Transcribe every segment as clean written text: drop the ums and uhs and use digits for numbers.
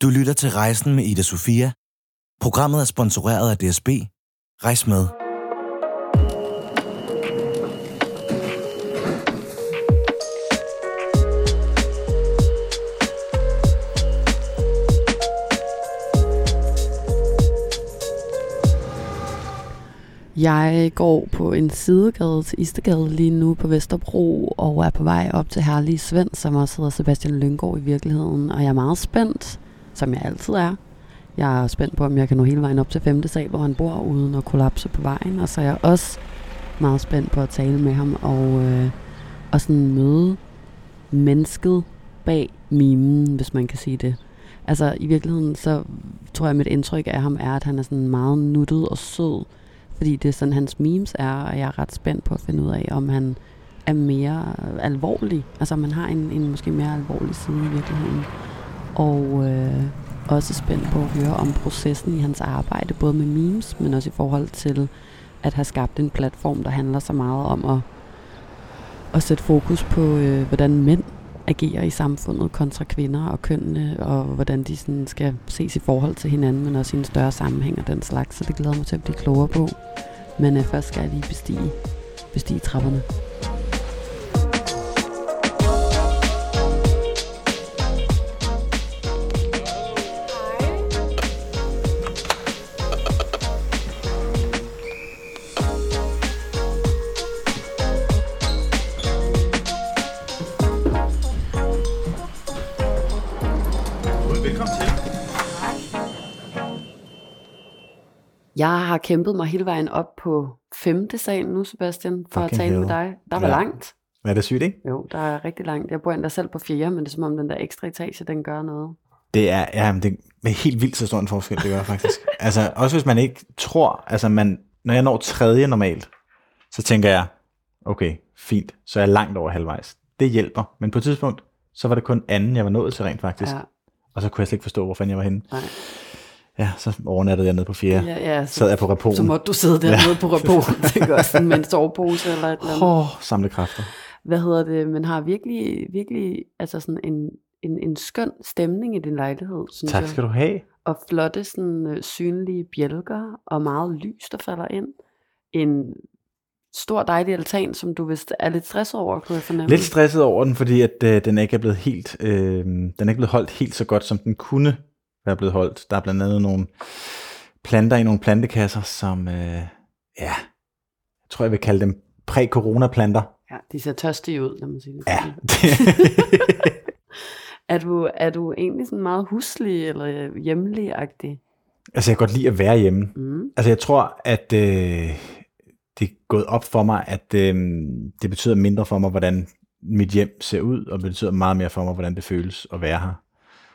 Du lytter til Rejsen med Ida Sofia. Programmet er sponsoreret af DSB. Rejs med. Jeg går på en sidegade til Istedgade lige nu på Vesterbro, og er på vej op til herlige Svend, som også hedder Sebastian Lynggaard i virkeligheden. Og jeg er meget spændt, som jeg altid er. Jeg er spændt på, om jeg kan nå hele vejen op til 5. sal, hvor han bor, uden at kollapse på vejen. Og så er jeg også meget spændt på at tale med ham, og sådan møde mennesket bag mimen, hvis man kan sige det. Altså i virkeligheden, så tror jeg, at mit indtryk af ham er, at han er sådan meget nuttet og sød. Fordi det er sådan, hans memes er, og jeg er ret spændt på at finde ud af, om han er mere alvorlig. Altså om han har en måske mere alvorlig side i virkeligheden. Og også spændt på at høre om processen i hans arbejde, både med memes, men også i forhold til at have skabt en platform, der handler så meget om at sætte fokus på, hvordan mænd agerer i samfundet kontra kvinder og kønnene, og hvordan de sådan skal ses i forhold til hinanden, men også i en større sammenhæng og den slags. Så det glæder mig til at blive klogere på. Men først skal jeg lige bestige trapperne. Jeg har kæmpet mig hele vejen op på 5. sal nu, Sebastian, for at tale med dig. Der var langt. Er det sygt, ikke? Jo, der er rigtig langt. Jeg bor endda selv på 4, men det er som om den der ekstra etage, den gør noget. Det er helt vildt så stor en forskel, det gør faktisk. Altså, også hvis man ikke tror, altså når jeg når 3. normalt, så tænker jeg, okay, fint, så er jeg langt over halvvejs. Det hjælper, men på et tidspunkt, så var det kun 2. jeg var nået til rent faktisk. Ja. Og så kunne jeg slet ikke forstå, hvor fanden jeg var henne. Nej. Ja, så overnattede jeg nede på 4. Ja, sad jeg på repoen. Så måtte du sidde dernede på repoen. Det gør sådan med en sovepose eller et eller andet. Samle kræfter. Hvad hedder det? Man har virkelig altså sådan en skøn stemning i din lejlighed, synes Tak skal du have. Og flotte sådan synlige bjælker og meget lys, der falder ind. En stor dejlig altan, som du vist er lidt stresset over, kunne jeg fornemme. Lidt stresset over den, fordi at den ikke er blevet helt, den er ikke blevet holdt helt så godt, som den kunne være blevet holdt. Der er blandt andet nogle planter i nogle plantekasser, som, jeg tror, jeg vil kalde dem præ-corona-planter. Ja, de ser tørstige ud, lad mig sige det. Ja. Er du egentlig sådan meget huslig eller hjemlig-agtig? Altså, jeg kan godt lide at være hjemme. Altså, jeg tror, at det er gået op for mig, at det betyder mindre for mig, hvordan mit hjem ser ud, og det betyder meget mere for mig, hvordan det føles at være her.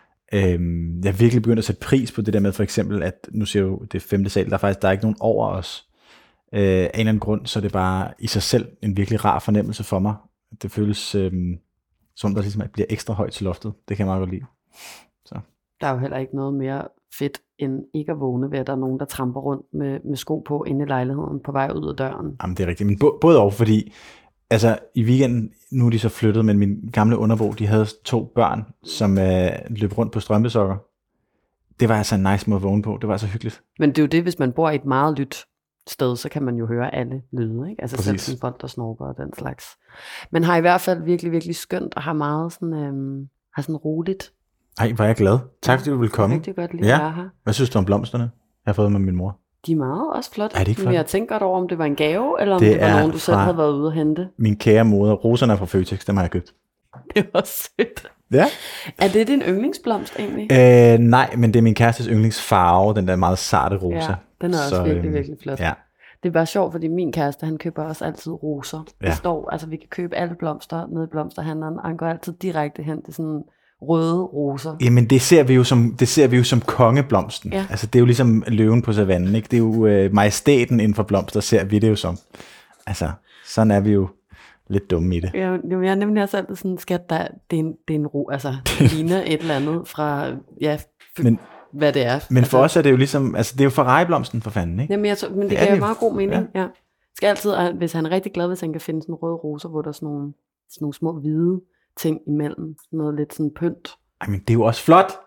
Jeg er virkelig begyndt at sætte pris på det der med, for eksempel, at nu ser jo det 5. sal, der er ikke nogen over os. Af en eller anden grund, så er det bare i sig selv en virkelig rar fornemmelse for mig. Det føles som der ligesom bliver ekstra højt til loftet. Det kan jeg meget godt lide. Så. Der er jo heller ikke noget mere fedt, end ikke at vågne ved, at der er nogen, der tramper rundt med sko på inde i lejligheden på vej ud af døren. Jamen, det er rigtigt. Men både og, fordi altså i weekenden, nu er de så flyttet, men min gamle underbo, de havde 2 børn, som løb rundt på strømpesokker. Det var altså en nice måde at vågne på. Det var så hyggeligt. Men det er jo det, hvis man bor i et meget lydt sted, så kan man jo høre alle lyde, ikke? Altså præcis. Selv sådan folk, der snorker og den slags. Men har i hvert fald virkelig, virkelig skønt og har meget sådan, har sådan roligt. Ej, var jeg glad. Tak, fordi du ville komme. Det er rigtig godt lige at være her. Hvad synes du om blomsterne, jeg har fået med min mor? De er meget også flotte. Er de ikke flotte? Men jeg tænkte godt over, om det var en gave, eller om det var nogen, du selv havde været ude at hente. Min kære moder. Roserne er fra Føtex, dem har jeg købt. Det var sødt. Ja. Er det din yndlingsblomst egentlig? Nej, men det er min kærestes yndlingsfarve, den der meget sarte rosa. Ja, den er også virkelig, virkelig flot. Ja. Det er bare sjovt, fordi min kæreste, han køber også altid roser. Ja. Det står, altså vi kan købe alle blomster nede i blomsterhandleren, og han går altid direkte hen til sådan røde roser. Jamen det ser vi jo som kongeblomsten. Ja. Altså det er jo ligesom løven på savannen, ikke? Det er jo majestæten inden for blomster, ser vi det jo som. Altså sådan er vi jo lidt dumme i det. Ja, jeg er nemlig også altid sådan, skat, det er en ro, altså det ligner et eller andet fra, hvad det er. Men for os er det jo ligesom, altså det er jo Ferrari-blomsten for fanden, ikke? Jamen, men det giver jo meget god mening, ja. Skal altid, hvis han er rigtig glad, hvis han kan finde sådan røde roser, hvor der er sådan nogle små hvide ting imellem, noget lidt sådan pynt. Ej, men det er jo også flot.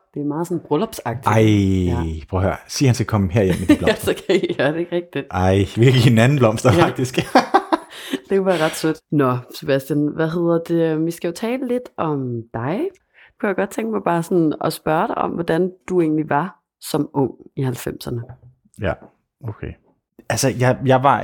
Det er meget sådan bryllupsagtigt. Prøv at høre. Sig, han skal komme herhjem med de blomster. Ja, så kan I gøre det, ikke rigtigt. Vi kan give en anden blomster, faktisk. Det kunne være ret sødt. Nå, Sebastian, hvad hedder det? Vi skal jo tale lidt om dig. Kunne jeg godt tænke mig bare sådan at spørge dig om, hvordan du egentlig var som ung i 90'erne. Ja, okay. Altså, jeg var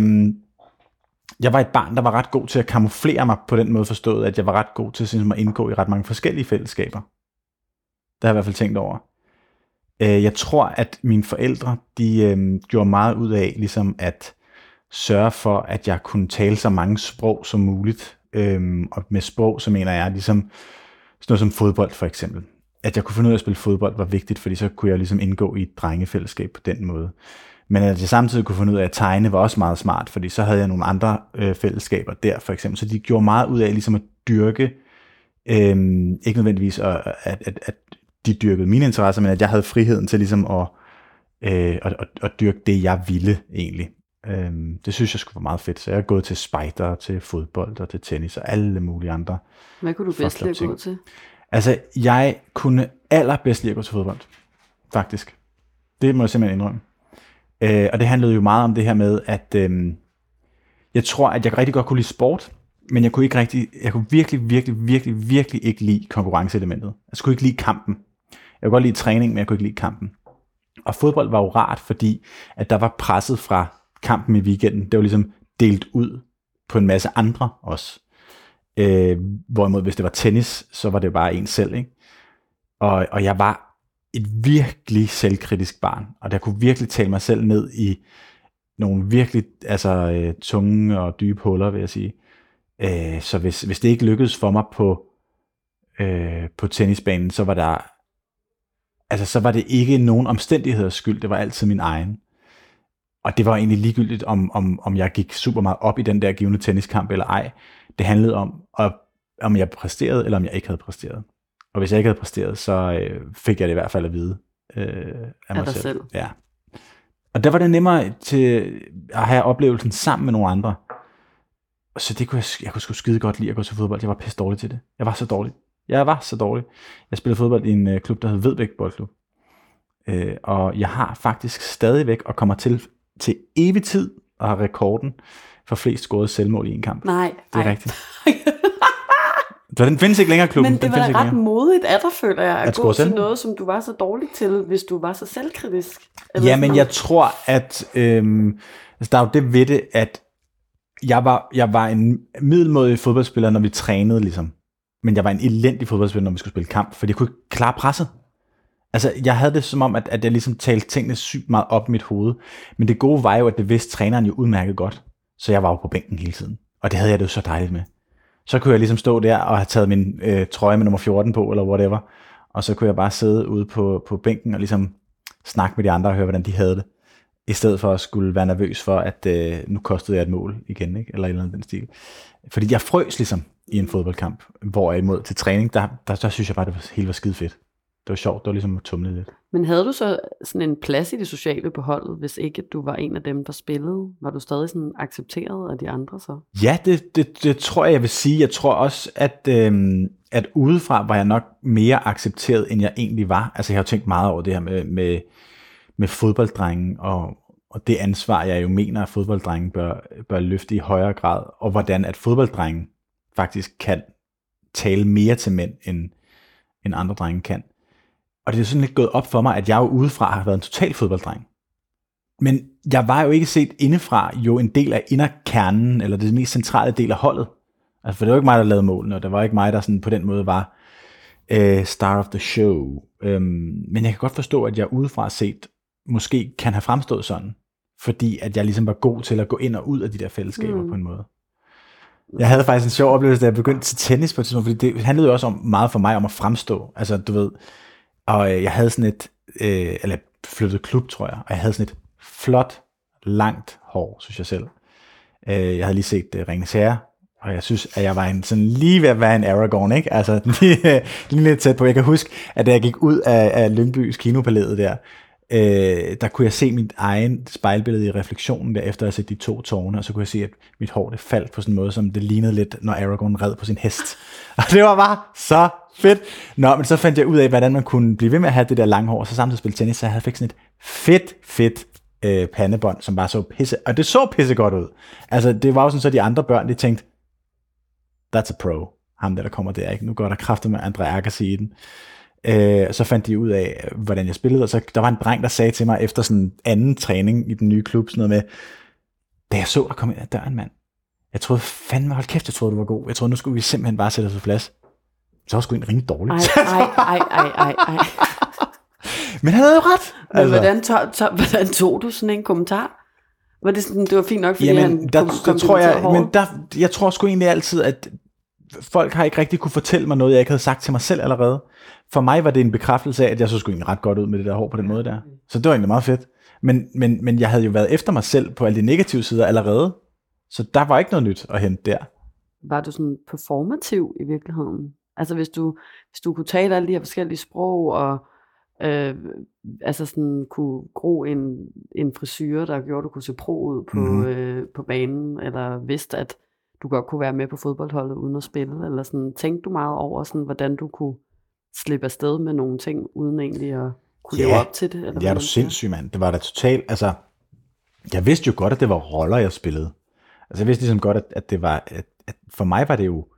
et barn, der var ret god til at kamuflere mig på den måde forstået, at jeg var ret god til at indgå i ret mange forskellige fællesskaber. Det har jeg i hvert fald tænkt over. Jeg tror, at mine forældre, de gjorde meget ud af ligesom at sørge for, at jeg kunne tale så mange sprog som muligt. Og med sprog, så mener jeg ligesom sådan noget som fodbold for eksempel. At jeg kunne finde ud af at spille fodbold var vigtigt, fordi så kunne jeg ligesom indgå i et drengefællesskab på den måde. Men at jeg samtidig kunne finde ud af at tegne var også meget smart, fordi så havde jeg nogle andre fællesskaber der for eksempel. Så de gjorde meget ud af ligesom at dyrke, ikke nødvendigvis at de dyrkede mine interesser, men at jeg havde friheden til ligesom at dyrke det, jeg ville egentlig. Det synes jeg skulle være meget fedt. Så jeg er gået til spejder, til fodbold og til tennis og alle mulige andre. Hvad kunne du bedst lide at gå til? Altså, jeg kunne allerbedst lide at gå til fodbold, faktisk. Det må jeg simpelthen indrømme. Og det handlede jo meget om det her med, at jeg tror, at jeg rigtig godt kunne lide sport, men jeg kunne virkelig ikke lide konkurrenceelementet. Jeg skulle ikke lide kampen. Jeg kunne godt lide træning, men jeg kunne ikke lide kampen. Og fodbold var jo rart, fordi at der var presset fra kampen i weekenden. Det var ligesom delt ud på en masse andre også. Hvorimod hvis det var tennis, så var det bare en selv, ikke? Og jeg var et virkelig selvkritisk barn, og der kunne virkelig tale mig selv ned i nogle virkelig tunge og dybe huller, vil jeg sige. Så hvis det ikke lykkedes for mig på tennisbanen, så var det ikke nogen omstændigheders skyld, det var altid min egen. Og det var egentlig ligegyldigt, om jeg gik super meget op i den der givende tenniskamp eller ej. Det handlede om jeg præsterede, eller om jeg ikke havde præsteret. Og hvis jeg ikke havde præsteret, så fik jeg det i hvert fald at vide af mig selv. Ja. Og der var det nemmere til at have oplevelsen sammen med nogle andre. Så det kunne jeg kunne sgu skide godt lide at gå til fodbold. Jeg var pisse dårlig til det. Jeg var så dårlig. Jeg spillede fodbold i en klub, der hed Vedbæk Boldklub. Og jeg har faktisk stadigvæk og kommer til evig tid og har rekorden for flest scorede selvmål i en kamp. Nej. Det er rigtigt. Den findes ikke længere, klubben. Men det var da ret modigt af dig, føler jeg, at gå til noget, som du var så dårlig til, hvis du var så selvkritisk. Ja, men jeg tror, at der er jo det ved det, at jeg var en middelmådig fodboldspiller, når vi trænede, ligesom. Men jeg var en elendig fodboldspiller, når vi skulle spille kamp, fordi jeg kunne ikke klare presset. Altså, jeg havde det som om, at jeg ligesom talte tingene sygt meget op i mit hoved. Men det gode var jo, at det vidste træneren jo udmærket godt. Så jeg var jo på bænken hele tiden. Og det havde jeg det jo så dejligt med. Så kunne jeg ligesom stå der og have taget min trøje med nummer 14 på, eller whatever. Og så kunne jeg bare sidde ude på bænken og ligesom snakke med de andre og høre, hvordan de havde det. I stedet for at skulle være nervøs for, at nu kostede jeg et mål igen, ikke? Eller et eller andet den stil. Fordi jeg frøs ligesom i en fodboldkamp, hvorimod til træning, der synes jeg bare, det hele var skide fedt. Det var sjovt, det var ligesom at tumle lidt. Men havde du så sådan en plads i det sociale på holdet, hvis ikke du var en af dem, der spillede? Var du stadig sådan accepteret af de andre så? Ja, det tror jeg vil sige. Jeg tror også, at udefra var jeg nok mere accepteret, end jeg egentlig var. Altså jeg har jo tænkt meget over det her med fodbolddrengen, og det ansvar, jeg jo mener, at fodbolddrengen bør løfte i højere grad, og hvordan at fodbolddrengen faktisk kan tale mere til mænd, end andre drenge kan. Og det er sådan lidt gået op for mig, at jeg jo udefra har været en total fodbolddreng. Men jeg var jo ikke set indefra jo en del af inderkernen, eller det mest centrale del af holdet. Altså, for det var ikke mig, der lavede målene, og det var ikke mig, der sådan på den måde var star of the show. Men jeg kan godt forstå, at jeg udefra set måske kan have fremstået sådan, fordi at jeg ligesom var god til at gå ind og ud af de der fællesskaber på en måde. Jeg havde faktisk en sjov oplevelse, da jeg begyndte til tennis på et tidspunkt, fordi det handlede jo også meget for mig om at fremstå. Altså, du ved, og jeg havde sådan eller flyttede klub, tror jeg, og jeg havde sådan et flot, langt hår, synes jeg selv. Jeg havde lige set Ringenes Herre, og jeg synes, at jeg var sådan lige ved at være en Aragorn, ikke? Altså, lige lidt tæt på. Jeg kan huske, at da jeg gik ud af Lyngbys kinopalæet der, der kunne jeg se mit egen spejlbillede i refleksionen der, efter at have set de 2 tårne, og så kunne jeg se, at mit hår det faldt på sådan en måde, som det lignede lidt, når Aragorn red på sin hest. Og det var bare så fedt. Nå, men så fandt jeg ud af, hvordan man kunne blive ved med at have det der lange hår, og så samtidig spille tennis, så jeg fik sådan et fedt pandebånd, som bare så pisse, og det så pisse godt ud. Altså, det var jo sådan, så de andre børn, de tænkte, that's a pro, ham der kommer der, ikke? Nu går der kræfter med Andre Agassi i den. Så fandt de ud af, hvordan jeg spillede, og så der var en dreng, der sagde til mig, efter sådan anden træning i den nye klub, sådan noget med, da jeg så dig komme ind ad døren, mand, jeg troede fandme, hold kæft, jeg troede, du var god. Jeg troede, nu skulle vi simpelthen bare sætte os på plads. Så var sgu en rimelig dårligt. Ej. Men han havde jo ret. Men altså. Hvordan tog du sådan en kommentar? Var det sådan, det var fint nok, fordi han jeg tror sgu egentlig altid, at folk har ikke rigtig kunne fortælle mig noget, jeg ikke havde sagt til mig selv allerede. For mig var det en bekræftelse af, at jeg så skulle egentlig ret godt ud med det der hår på den måde der. Så det var egentlig meget fedt. Men jeg havde jo været efter mig selv på alle de negative sider allerede. Så der var ikke noget nyt at hente der. Var du sådan performativ i virkeligheden? Altså hvis du kunne tale alle de her forskellige sprog, og altså sådan kunne gro en frisyre, der gjorde, at du kunne se pro ud på banen, eller vidste, at du godt kunne være med på fodboldholdet uden at spille, eller sådan, tænkte du meget over, sådan, hvordan du kunne slippe afsted med nogle ting, uden egentlig at kunne leve op til det? Eller det er du sindssyg, mand. Det var da totalt, altså, jeg vidste jo godt, at det var roller, jeg spillede. Altså, jeg vidste ligesom godt, at det var, at for mig var det jo,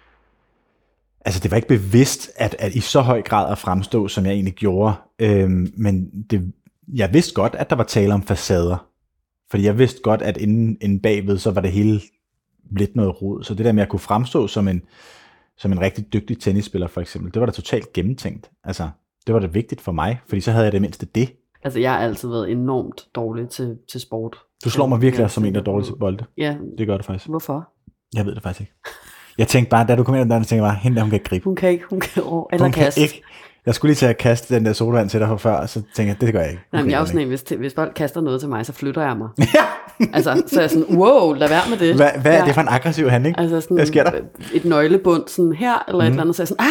altså, det var ikke bevidst, at i så høj grad at fremstå, som jeg egentlig gjorde, men jeg vidste godt, at der var tale om facader, fordi jeg vidste godt, at inden bagved, så var det hele lidt noget rod, så det der med at kunne fremstå som en rigtig dygtig tennisspiller for eksempel, det var da totalt gennemtænkt. Altså, det var da vigtigt for mig, fordi så havde jeg det mindste det. Altså, jeg har altid været enormt dårlig til sport. Du slår mig virkelig som en, der er dårlig til bolde. Ja. Det gør du faktisk. Hvorfor? Jeg ved det faktisk ikke. Jeg tænkte bare, da du kom ind ad døren, tænkte jeg bare, hende der, hun kan ikke gribe. Hun kan ikke, eller kaste. Ikke. Jeg skulle lige til at kaste den der solvand til dig for før, og så tænkte jeg, det gør jeg ikke. Nej, men jeg er jo sådan en, hvis folk kaster noget til mig, så flytter jeg mig. Altså, så er jeg sådan, wow, lad være med det. Hvad er det for en aggressiv handling? Altså sådan, hvad sker der? Et nøglebund sådan her, eller et eller andet, så er jeg sådan,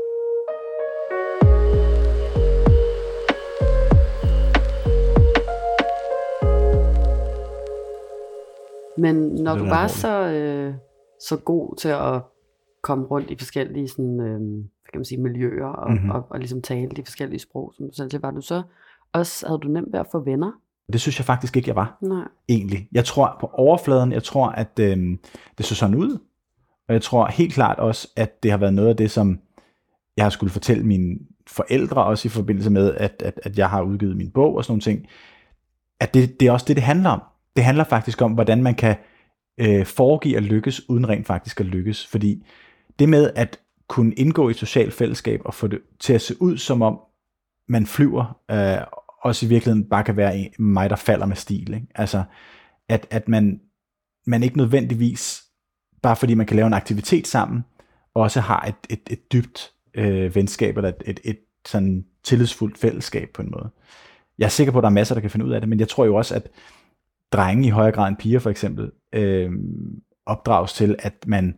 Men når du bare er så god til at komme rundt i forskellige sådan, kan man sige, miljøer og ligesom tale de forskellige sprog, som du selv siger, var du så også, havde du nemt ved at få venner? Det synes jeg faktisk ikke, jeg var. Nej. Egentlig. Jeg tror på overfladen, at det så sådan ud, og jeg tror helt klart også, at det har været noget af det, som jeg har skulle fortælle mine forældre, også i forbindelse med, at jeg har udgivet min bog og sådan nogle ting, at det er også det handler om. Det handler faktisk om, hvordan man kan foregive at lykkes, uden rent faktisk at lykkes. Fordi det med at kunne indgå i et socialt fællesskab og få det til at se ud, som om man flyver, også i virkeligheden bare kan være mig, der falder med stil. Ikke? Altså, at man ikke nødvendigvis, bare fordi man kan lave en aktivitet sammen, også har et dybt venskab, eller et sådan tillidsfuldt fællesskab på en måde. Jeg er sikker på, at der er masser, der kan finde ud af det, men jeg tror jo også, at drenge i højere grad end piger for eksempel, opdrages til, at man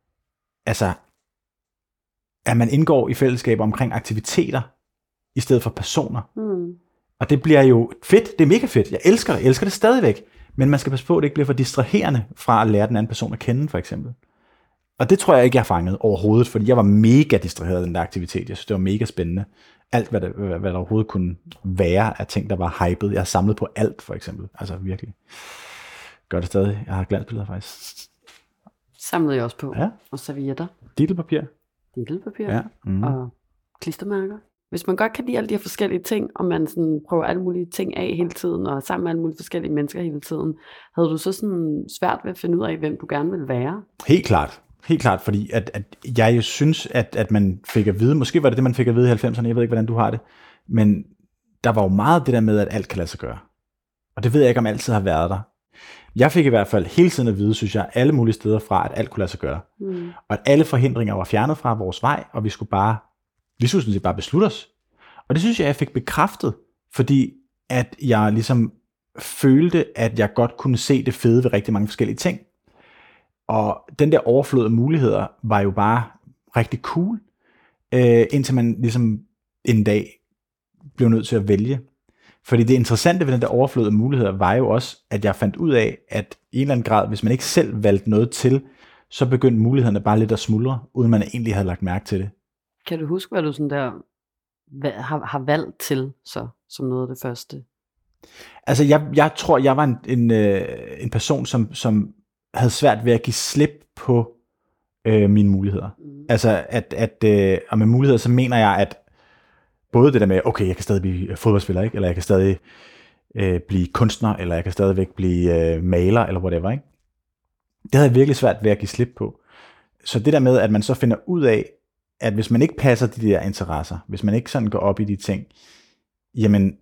indgår i fællesskaber omkring aktiviteter, i stedet for personer. Og det bliver jo fedt, det er mega fedt, jeg elsker det stadigvæk, men man skal passe på, at det ikke bliver for distraherende fra at lære den anden person at kende, for eksempel. Og det tror jeg ikke, jeg har fanget overhovedet, fordi jeg var mega distraheret af den der aktivitet. Jeg synes, det var mega spændende. Alt, hvad der overhovedet kunne være af ting, der var hyped. Jeg har samlet på alt, for eksempel. Altså virkelig. Gør det stadig. Jeg har glansbilleder faktisk. Samlede jeg også på. Ja. Og servietter. Dittelpapir. Ja. Og klistermærker. Hvis man godt kan lide alle de her forskellige ting, og man sådan prøver alle mulige ting af hele tiden, og sammen med alle mulige forskellige mennesker hele tiden, havde du så sådan svært ved at finde ud af, hvem du gerne vil være? Helt klart, fordi at jeg synes, at man fik at vide, måske var det man fik at vide i 90'erne, jeg ved ikke, hvordan du har det, men der var jo meget det der med, at alt kan lade sig gøre. Og det ved jeg ikke, om altid har været der. Jeg fik i hvert fald hele tiden at vide, synes jeg, alle mulige steder fra, at alt kunne lade sig gøre. Og at alle forhindringer var fjernet fra vores vej, og vi skulle sådan set bare beslutte os. Og det synes jeg fik bekræftet, fordi at jeg ligesom følte, at jeg godt kunne se det fede ved rigtig mange forskellige ting. Og den der overflod af muligheder var jo bare rigtig cool, indtil man ligesom en dag blev nødt til at vælge. Fordi det interessante ved den der overflod af muligheder var jo også, at jeg fandt ud af, at i en eller anden grad, hvis man ikke selv valgte noget til, så begyndte mulighederne bare lidt at smuldre, uden man egentlig havde lagt mærke til det. Kan du huske, hvad du sådan der har valgt til, så, som noget af det første? Altså, jeg tror, jeg var en person, som havde svært ved at give slip på mine muligheder. Altså, og med muligheder, så mener jeg, at både det der med, okay, jeg kan stadig blive fodboldspiller, ikke? Eller jeg kan stadig blive kunstner, eller jeg kan stadigvæk blive maler, eller whatever, ikke? Det havde jeg virkelig svært ved at give slip på. Så det der med, at man så finder ud af, at hvis man ikke passer de der interesser, hvis man ikke sådan går op i de ting, jamen,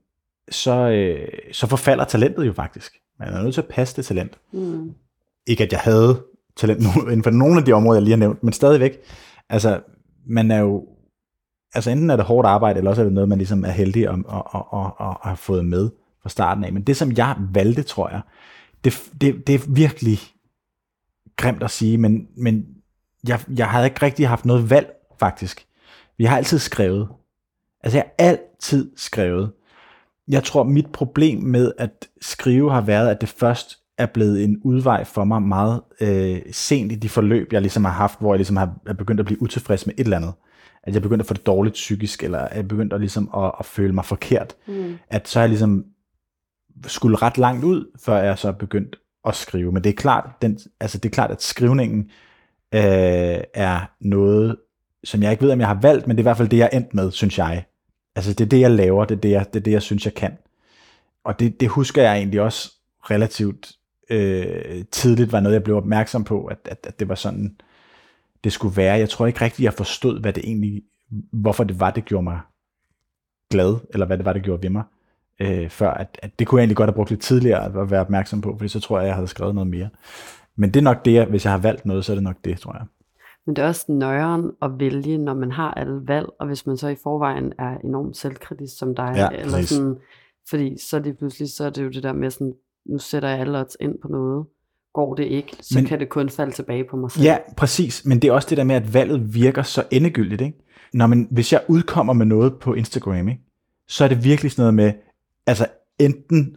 så forfalder talentet jo faktisk. Man er nødt til at passe det talent. Ikke at jeg havde talent inden for nogle af de områder, jeg lige har nævnt, men stadigvæk, altså, man er jo, altså enten er det hårdt arbejde, eller også er det noget, man ligesom er heldig og har fået med fra starten af. Men det, som jeg valgte, tror jeg, det er virkelig grimt at sige, men jeg havde ikke rigtig haft noget valg, faktisk. Vi har altid skrevet. Altså, jeg har altid skrevet. Jeg tror, mit problem med at skrive har været, at det først er blevet en udvej for mig meget sent i de forløb, jeg ligesom har haft, hvor jeg ligesom har begyndt at blive utilfreds med et eller andet. At jeg begyndte at få det dårligt psykisk, eller at jeg begyndte at, ligesom at føle mig forkert. At så har jeg ligesom skulle ret langt ud, før jeg så begyndt at skrive. Men det er klart, at skrivningen er noget, som jeg ikke ved, om jeg har valgt, men det er i hvert fald det, jeg er endt med, synes jeg. Altså det er det, jeg laver, det er det, jeg synes, jeg kan. Og det husker jeg egentlig også relativt tidligt, var noget, jeg blev opmærksom på, at det var sådan, det skulle være. Jeg tror ikke rigtigt, jeg forstod, hvad det egentlig, hvorfor det var, det gjorde mig glad, eller hvad det var, det gjorde ved mig, før at det kunne jeg egentlig godt have brugt lidt tidligere at være opmærksom på, fordi så tror jeg havde skrevet noget mere. Men det er nok det, hvis jeg har valgt noget, så er det nok det, tror jeg. Men det er også nøjeren at vælge, når man har alle valg, og hvis man så i forvejen er enormt selvkritisk som dig, eller sådan, fordi så er det pludselig, så er det jo det der med sådan, nu sætter jeg alle odds ind på noget. Går det ikke, så kan det kun falde tilbage på mig selv. Ja, præcis. Men det er også det der med, at valget virker så endegyldigt, ikke? Hvis jeg udkommer med noget på Instagram, ikke? Så er det virkelig sådan noget med, altså enten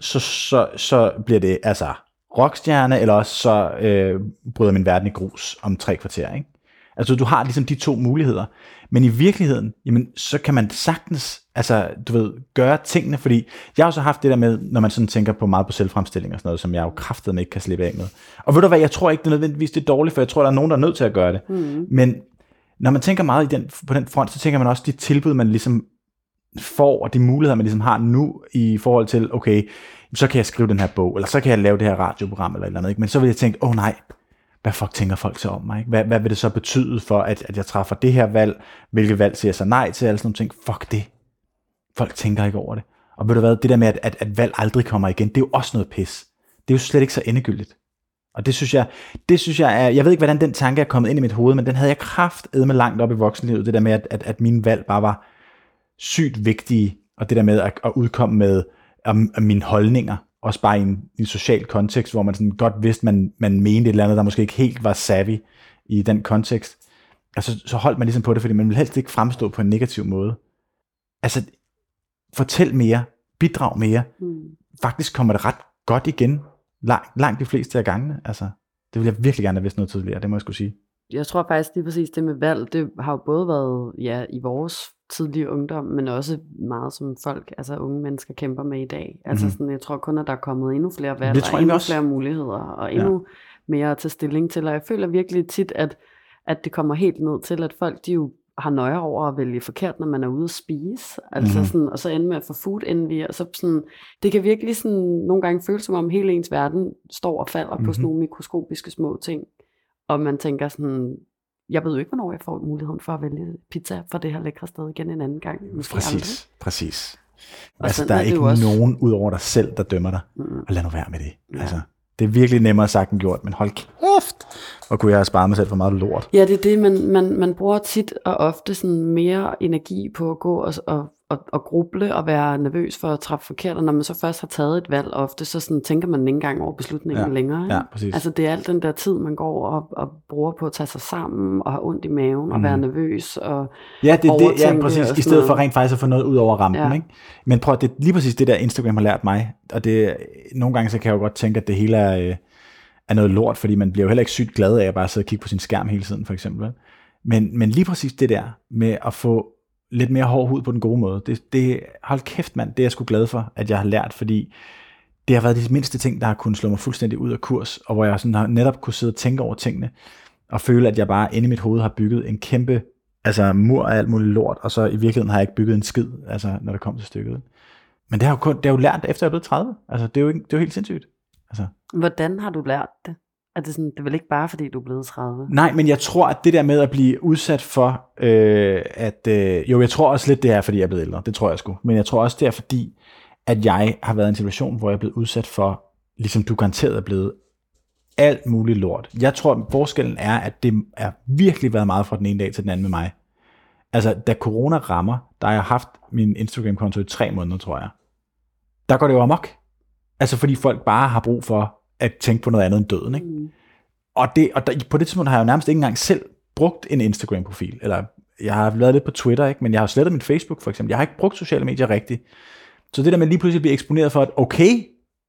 så bliver det altså rockstjerne, eller også så bryder min verden i grus om 3 kvarter, ikke? Altså du har ligesom de to muligheder, men i virkeligheden, jamen så kan man sagtens, altså du ved, gøre tingene, fordi jeg har også haft det der med, når man sådan tænker på meget på selvfremstilling og sådan noget, som jeg jo kraftedeme ikke kan slippe af med. Og ved du hvad, jeg tror ikke det nødvendigvis det er dårligt, for jeg tror der er nogen, der er nødt til at gøre det. Men når man tænker meget på den front, så tænker man også de tilbud, man ligesom får, og de muligheder, man ligesom har nu i forhold til, okay, så kan jeg skrive den her bog, eller så kan jeg lave det her radioprogram, eller et eller andet, ikke? Men så vil jeg tænke, nej, hvad fuck tænker folk så om mig? Ikke? Hvad vil det så betyde for, at jeg træffer det her valg? Hvilket valg siger jeg så nej til? Alle sådan nogle ting. Fuck det. Folk tænker ikke over det. Og ved du hvad, det der med, at valg aldrig kommer igen, det er jo også noget pis. Det er jo slet ikke så endegyldigt. Og det synes jeg er, jeg ved ikke, hvordan den tanke er kommet ind i mit hoved, men den havde jeg kraftedme langt op i voksenlivet. Det der med, at mine valg bare var sygt vigtige, og det der med at udkomme med mine holdninger, også bare i en social kontekst, hvor man sådan godt vidste, man mente et eller andet, der måske ikke helt var savvy i den kontekst. Altså, så holdt man ligesom på det, fordi man ville helst ikke fremstå på en negativ måde. Altså, fortæl mere, bidrag mere. Faktisk kommer det ret godt igen, langt de fleste af gangene. Altså, det ville jeg virkelig gerne have vidst noget tidligere, det må jeg skulle sige. Jeg tror faktisk lige præcis det med valg, det har jo både været i vores tidlige ungdom, men også meget som folk, altså unge mennesker kæmper med i dag. Altså sådan, jeg tror kun, at der er kommet endnu flere valg, og endnu flere muligheder, og endnu mere at tage stilling til, og jeg føler virkelig tit, at det kommer helt ned til, at folk, de jo har nøje over at vælge forkert, når man er ude at spise, altså sådan, og så ende med at få food envy, og så sådan, det kan virkelig sådan, nogle gange føles som om hele ens verden står og falder på sådan nogle mikroskopiske små ting, og man tænker sådan, jeg ved jo ikke, hvornår jeg får muligheden for at vælge pizza fra det her lækre sted igen en anden gang. Præcis. Altså, der er ikke nogen ud over dig selv, der dømmer dig. Og lad nu være med det. Ja. Altså, det er virkelig nemmere sagt end gjort, men hold kæft, hvor kunne jeg have sparet mig selv for meget lort. Ja, det er det, man bruger tit og ofte sådan mere energi på at gå at gruble og være nervøs for at træffe forkert, og når man så først har taget et valg ofte, så sådan, tænker man ikke engang over beslutningen længere. Ikke? Ja, præcis. Altså det er alt den der tid, man går og bruger på at tage sig sammen, og have ondt i maven, og være nervøs, og ja, præcis, i stedet for rent faktisk at få noget ud over rampen. Ikke? Men prøv, det er lige præcis det der Instagram har lært mig, og det, nogle gange så kan jeg jo godt tænke, at det hele er noget lort, fordi man bliver jo heller ikke sygt glad af at bare sidde og kigge på sin skærm hele tiden, for eksempel. Men lige præcis det der med at få lidt mere hård hud på den gode måde, det hold kæft mand, det er jeg sgu glad for, at jeg har lært, fordi det har været de mindste ting, der har kunnet slå mig fuldstændig ud af kurs, og hvor jeg sådan har netop kunne sidde og tænke over tingene, og føle, at jeg bare inde i mit hoved har bygget en kæmpe mur af alt muligt lort, og så i virkeligheden har jeg ikke bygget en skid, når det kom til stykket. Men det har jo lært, efter jeg er blevet 30. Altså, det er jo helt sindssygt. Altså. Hvordan har du lært det? Er det sådan, det er vel ikke bare fordi du er blevet 30? Nej, men jeg tror, at det der med at blive udsat for, jeg tror også lidt, det er, fordi jeg er blevet ældre. Det tror jeg sgu. Men jeg tror også, det er, fordi at jeg har været i en situation, hvor jeg er blevet udsat for, ligesom du garanteret er blevet, alt muligt lort. Jeg tror, forskellen er, at det er virkelig været meget fra den ene dag til den anden med mig. Altså, da corona rammer, der har jeg haft min Instagram-konto i 3 måneder, tror jeg. Der går det jo amok. Altså, fordi folk bare har brug for at tænke på noget andet end døden, ikke? Og på det tidspunkt har jeg jo nærmest ikke engang selv brugt en Instagram-profil, eller jeg har lavet lidt på Twitter, ikke? Men jeg har slettet min Facebook, for eksempel. Jeg har ikke brugt sociale medier rigtigt. Så det der med lige pludselig at blive eksponeret for, at okay,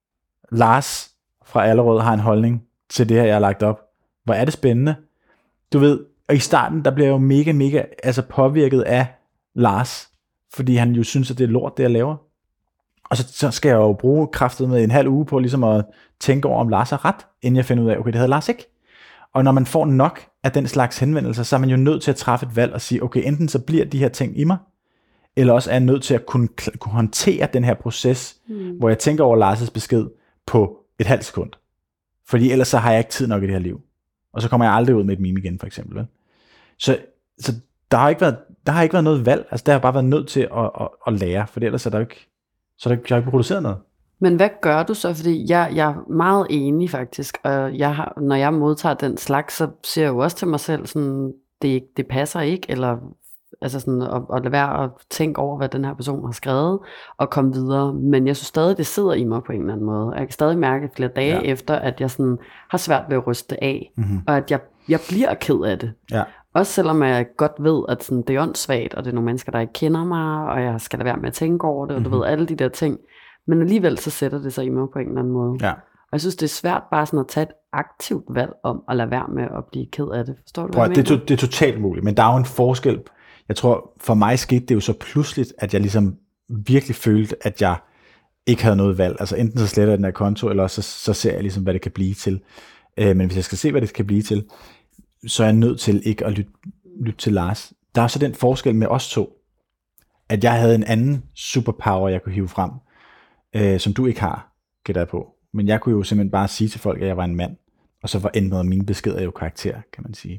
Lars fra Allerød har en holdning til det her, jeg har lagt op. Hvor er det spændende. Du ved, og i starten, der bliver jeg jo mega, påvirket af Lars, fordi han jo synes, at det er lort, det jeg laver. Og så skal jeg jo bruge kraftet med en halv uge på ligesom at tænke over, om Lars har ret, inden jeg finder ud af, okay, det havde Lars ikke. Og når man får nok af den slags henvendelser, så er man jo nødt til at træffe et valg og sige, okay, enten så bliver de her ting i mig, eller også er jeg nødt til at kunne håndtere den her proces, hvor jeg tænker over Lars' besked på et halvt sekund. Fordi ellers så har jeg ikke tid nok i det her liv. Og så kommer jeg aldrig ud med et meme igen, for eksempel. Vel? Så der har ikke været noget valg. Altså, der har bare været nødt til at lære, for ellers er der jo ikke, så der har ikke produceret noget. Men hvad gør du så? Fordi jeg er meget enig faktisk, og når jeg modtager den slags, så siger jeg jo også til mig selv, sådan, det passer ikke, eller altså sådan, at lade være at tænke over, hvad den her person har skrevet, og komme videre. Men jeg synes stadig, det sidder i mig på en eller anden måde. Jeg kan stadig mærke flere dage efter, at jeg sådan har svært ved at ryste af, og at jeg bliver ked af det. Ja. Også selvom jeg godt ved, at sådan, det er åndssvagt, og det er nogle mennesker, der ikke kender mig, og jeg skal lade være med at tænke over det, og du ved, alle de der ting. Men alligevel så sætter det sig i mig på en eller anden måde. Ja. Og jeg synes, det er svært bare sådan at tage et aktivt valg om at lade være med at blive ked af det. Forstår du, hvad jeg mener? Det er totalt muligt, men der er jo en forskel. Jeg tror, for mig skete det jo så pludseligt, at jeg ligesom virkelig følte, at jeg ikke havde noget valg. Altså enten så sletter jeg den her konto, eller så ser jeg ligesom, hvad det kan blive til. Men hvis jeg skal se, hvad det kan blive til, så er jeg nødt til ikke at lytte til Lars. Der er så den forskel med os to, at jeg havde en anden superpower, jeg kunne hive frem, som du ikke har, gætter jeg på. Men jeg kunne jo simpelthen bare sige til folk, at jeg var en mand, og så var ændret mine beskeder jo karakter, kan man sige.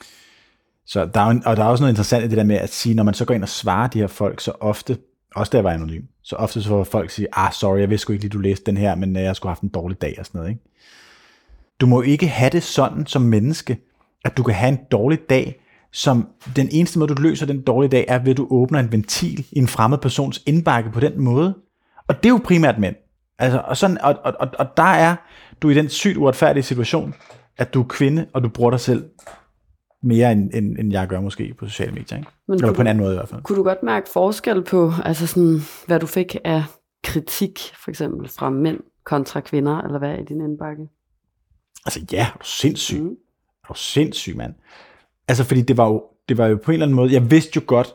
Så der er også noget interessant i det der med at sige, når man så går ind og svarer de her folk, så ofte, også da jeg var anonym, så ofte så får folk sige, sorry, jeg vidste sgu ikke lige, du læste den her, men jeg skulle have haft en dårlig dag og sådan noget, ikke? Du må ikke have det sådan som menneske, at du kan have en dårlig dag, som den eneste måde, du løser den dårlige dag, er ved, at du åbner en ventil i en fremmed persons indbakke på den måde. Og det er jo primært mænd. Altså, og der er du i den sygt uretfærdige situation, at du er kvinde, og du bruger dig selv mere, end jeg gør måske på sociale medier. Ikke? Eller på en anden måde i hvert fald. Kunne du godt mærke forskel på, altså sådan, hvad du fik af kritik, for eksempel fra mænd kontra kvinder, eller hvad i din indbakke? Altså ja, er du sindssyg. Er du sindssyg, mand. Altså fordi det var jo på en eller anden måde, jeg vidste jo godt,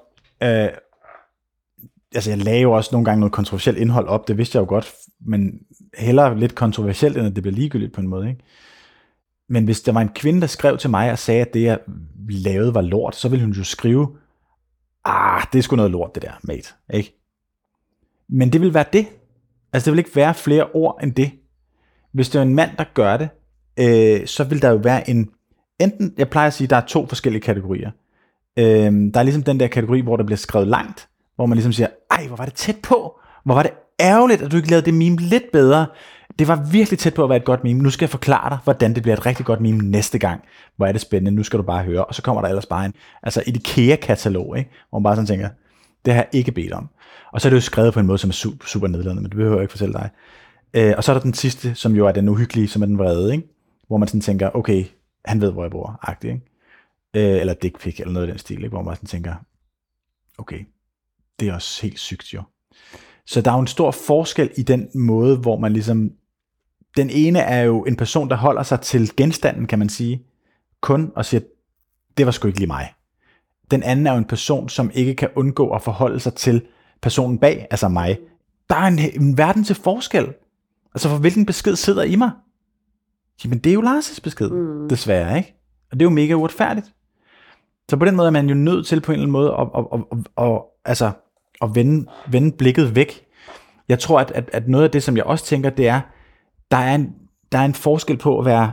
altså jeg lagde jo også nogle gange noget kontroversielt indhold op, det vidste jeg jo godt, men hellere lidt kontroversielt, end at det bliver ligegyldigt på en måde, ikke? Men hvis der var en kvinde, der skrev til mig og sagde, at det jeg lavede var lort, så ville hun jo skrive, det er sgu noget lort det der, mate, ikke? Men det vil være det. Altså det vil ikke være flere ord end det. Hvis det er en mand, der gør det, så vil der jo være enten, jeg plejer at sige, der er 2 forskellige kategorier. Der er ligesom den der kategori, hvor der bliver skrevet langt, hvor man ligesom siger, hvor var det tæt på, hvor var det ærgerligt, at du ikke lavede det meme lidt bedre. Det var virkelig tæt på at være et godt meme. Nu skal jeg forklare dig, hvordan det bliver et rigtig godt meme næste gang. Hvor er det spændende, nu skal du bare høre. Og så kommer der ellers bare et IKEA-katalog, ikke? Hvor man bare sådan tænker, det har jeg ikke bedt om. Og så er det jo skrevet på en måde, som er super, super nedladende, men det behøver jeg ikke fortælle dig. Og så er der den sidste, som jo er den uhyggelige, som er den vrede, ikke? Hvor man sådan tænker, okay, han ved, hvor jeg bor, agtigt, ikke? Eller dick pic, eller noget af den stil, ikke? Hvor man sådan tænker, okay, det er også helt sygt jo. Så der er jo en stor forskel i den måde, hvor man ligesom, den ene er jo en person, der holder sig til genstanden, kan man sige, kun og siger, det var sgu ikke lige mig. Den anden er jo en person, som ikke kan undgå at forholde sig til personen bag, altså mig. Der er en verden til forskel. Altså for hvilken besked sidder i mig? Jamen det er jo Lars' besked, desværre, ikke? Og det er jo mega uretfærdigt. Så på den måde er man jo nødt til på en eller anden måde at vende blikket væk. Jeg tror, at noget af det, som jeg også tænker, det er, der er en forskel på at være...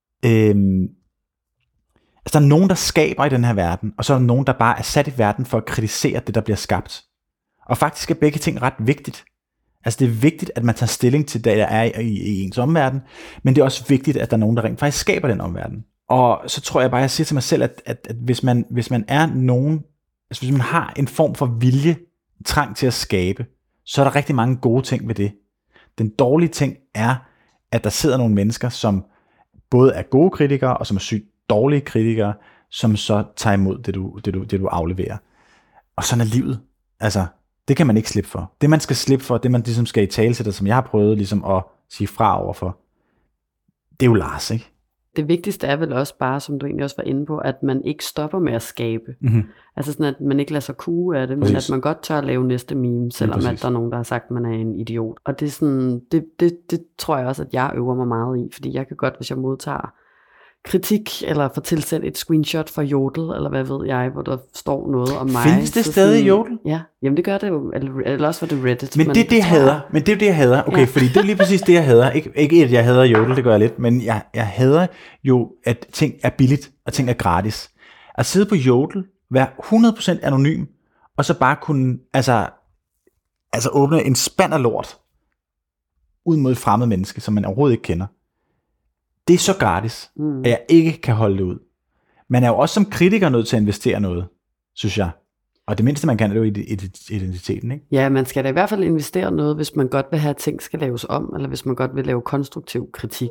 der er nogen, der skaber i den her verden, og så er der nogen, der bare er sat i verden for at kritisere det, der bliver skabt. Og faktisk er begge ting ret vigtigt. Altså det er vigtigt, at man tager stilling til det, der er i ens omverden, men det er også vigtigt, at der er nogen, der rent faktisk skaber den omverden. Og så tror jeg bare, jeg siger til mig selv, at hvis man er nogen, altså hvis man har en form for vilje, trang til at skabe, så er der rigtig mange gode ting ved det. Den dårlige ting er, at der sidder nogle mennesker, som både er gode kritikere, og som er sygt dårlige kritikere, som så tager imod det du afleverer. Og sådan er livet. Altså, det kan man ikke slippe for. Det man skal slippe for, det man ligesom skal i talesætte, som jeg har prøvet ligesom at sige fra overfor, det er jo Lars, ikke? Det vigtigste er vel også bare, som du egentlig også var inde på, at man ikke stopper med at skabe. Mm-hmm. Altså sådan, at man ikke lader sig kue af det, men at man godt tør at lave næste meme, selvom at der er nogen, der har sagt, at man er en idiot. Og det er sådan, det tror jeg også, at jeg øver mig meget i, fordi jeg kan godt, hvis jeg modtager kritik, eller får tilsendt et screenshot fra Jodel, eller hvad ved jeg, hvor der står noget om mig. Findes det stadig Jodel? Ja, jamen det gør det jo, eller også var det Reddit. Men det er det, jeg hader. Men det er det, jeg hader. Okay, fordi det er lige præcis det, jeg hader. Ikke at jeg hader Jodel, det gør jeg lidt, men jeg hader jo, at ting er billigt, og ting er gratis. At sidde på Jodel, være 100% anonym, og så bare kunne, altså åbne en spand af lort, ud mod et fremmed menneske, som man overhovedet ikke kender. Det er så gratis, at jeg ikke kan holde det ud. Man er jo også som kritiker nødt til at investere noget, synes jeg. Og det mindste, man kan, er jo identiteten, ikke? Ja, man skal da i hvert fald investere noget, hvis man godt vil have, at ting skal laves om, eller hvis man godt vil lave konstruktiv kritik.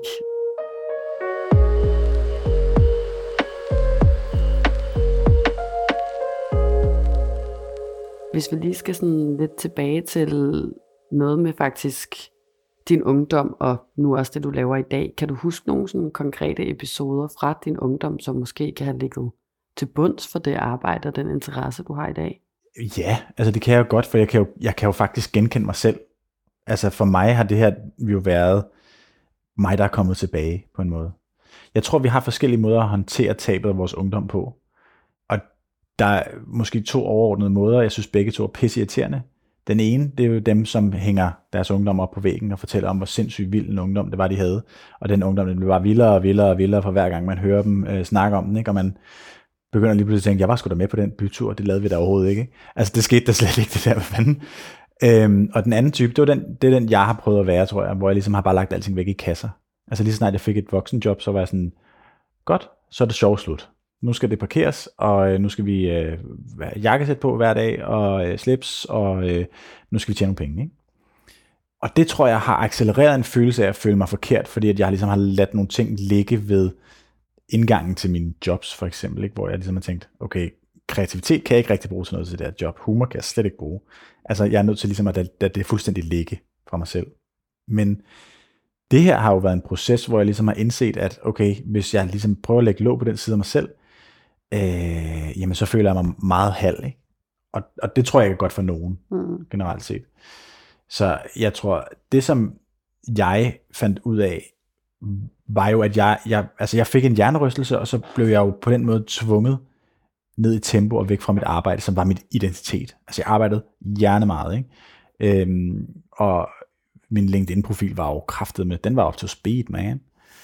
Hvis vi lige skal sådan lidt tilbage til noget med faktisk din ungdom, og nu også det, du laver i dag. Kan du huske nogle sådan konkrete episoder fra din ungdom, som måske kan have ligget til bunds for det arbejde og den interesse, du har i dag? Ja, altså det kan jeg jo godt, for jeg kan jo faktisk genkende mig selv. Altså for mig har det her jo været mig, der er kommet tilbage på en måde. Jeg tror, vi har forskellige måder at håndtere tabet af vores ungdom på. Og der er måske 2 overordnede måder, jeg synes begge 2 er pisseirriterende. Den ene, det er jo dem, som hænger deres ungdom op på væggen og fortæller om, hvor sindssygt vild en ungdom det var, de havde. Og den ungdom, den blev bare vildere og vildere og vildere for hver gang, man hører dem snakke om den, ikke? Og man begynder lige pludselig at tænke, jeg var sgu da med på den bytur, det lavede vi da overhovedet ikke. Altså det skete der slet ikke, det der, hvad fanden. Og den anden type, det er den, jeg har prøvet at være, tror jeg, hvor jeg ligesom har bare lagt alting væk i kasser. Altså lige så snart jeg fik et voksenjob, så var jeg sådan, godt, så er det sjovt slut. Nu skal det parkeres, og nu skal vi jakkesæt på hver dag, og slips, og nu skal vi tjene nogle penge. Ikke? Og det tror jeg har accelereret en følelse af at føle mig forkert, fordi at jeg ligesom har ladt nogle ting ligge ved indgangen til mine jobs, for eksempel, ikke? Hvor jeg ligesom har tænkt, okay, kreativitet kan jeg ikke rigtig bruge til noget til det her job, humor kan jeg slet ikke bruge. Altså jeg er nødt til ligesom at lade det fuldstændig ligge fra mig selv. Men det her har jo været en proces, hvor jeg ligesom har indset, at okay, hvis jeg ligesom prøver at lægge låg på den side af mig selv, jamen så føler jeg mig meget halv, ikke? Og det tror jeg ikke er godt for nogen, generelt set. Så jeg tror, det som jeg fandt ud af, var jo, at jeg fik en hjernerystelse, og så blev jeg jo på den måde tvunget ned i tempo og væk fra mit arbejde, som var mit identitet. Altså jeg arbejdede hjerne ikke? Og min LinkedIn-profil var jo kraftet med, den var up to speed, man.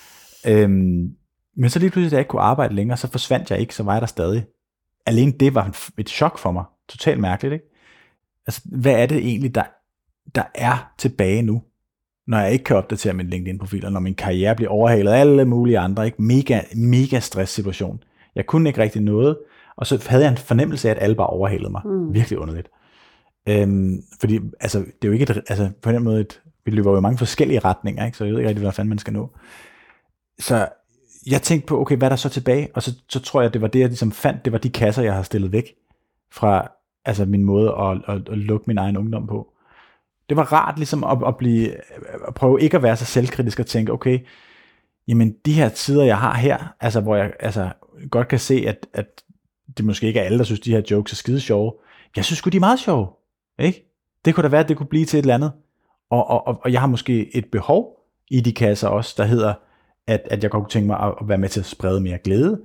Men så lige pludselig, da jeg ikke kunne arbejde længere, så forsvandt jeg ikke, så var jeg der stadig. Alene det var et chok for mig. Totalt mærkeligt, ikke? Altså, hvad er det egentlig, der er tilbage nu, når jeg ikke kan opdatere min LinkedIn-profil, og når min karriere bliver overhalet af alle mulige andre, ikke? Mega stress-situation. Jeg kunne ikke rigtig noget, og så havde jeg en fornemmelse af, at alle bare overhalede mig. Virkelig underligt. Fordi altså, det er jo ikke på den måde, vi løber jo i mange forskellige retninger, ikke? Så jeg ved ikke rigtig, hvad fanden man skal nå. Så jeg tænkte på, okay, hvad er der så tilbage? Og så tror jeg, det var det, jeg ligesom fandt, det var de kasser, jeg har stillet væk fra altså min måde at lukke min egen ungdom på. Det var rart ligesom at prøve ikke at være så selvkritisk og tænke, okay, jamen de her tider, jeg har her, altså hvor jeg altså godt kan se, at det måske ikke er alle, der synes, de her jokes er skide sjove. Jeg synes sgu, de er meget sjove, ikke? Det kunne da være, at det kunne blive til et eller andet. Og jeg har måske et behov i de kasser også, der hedder, at jeg godt kunne tænke mig at være med til at sprede mere glæde.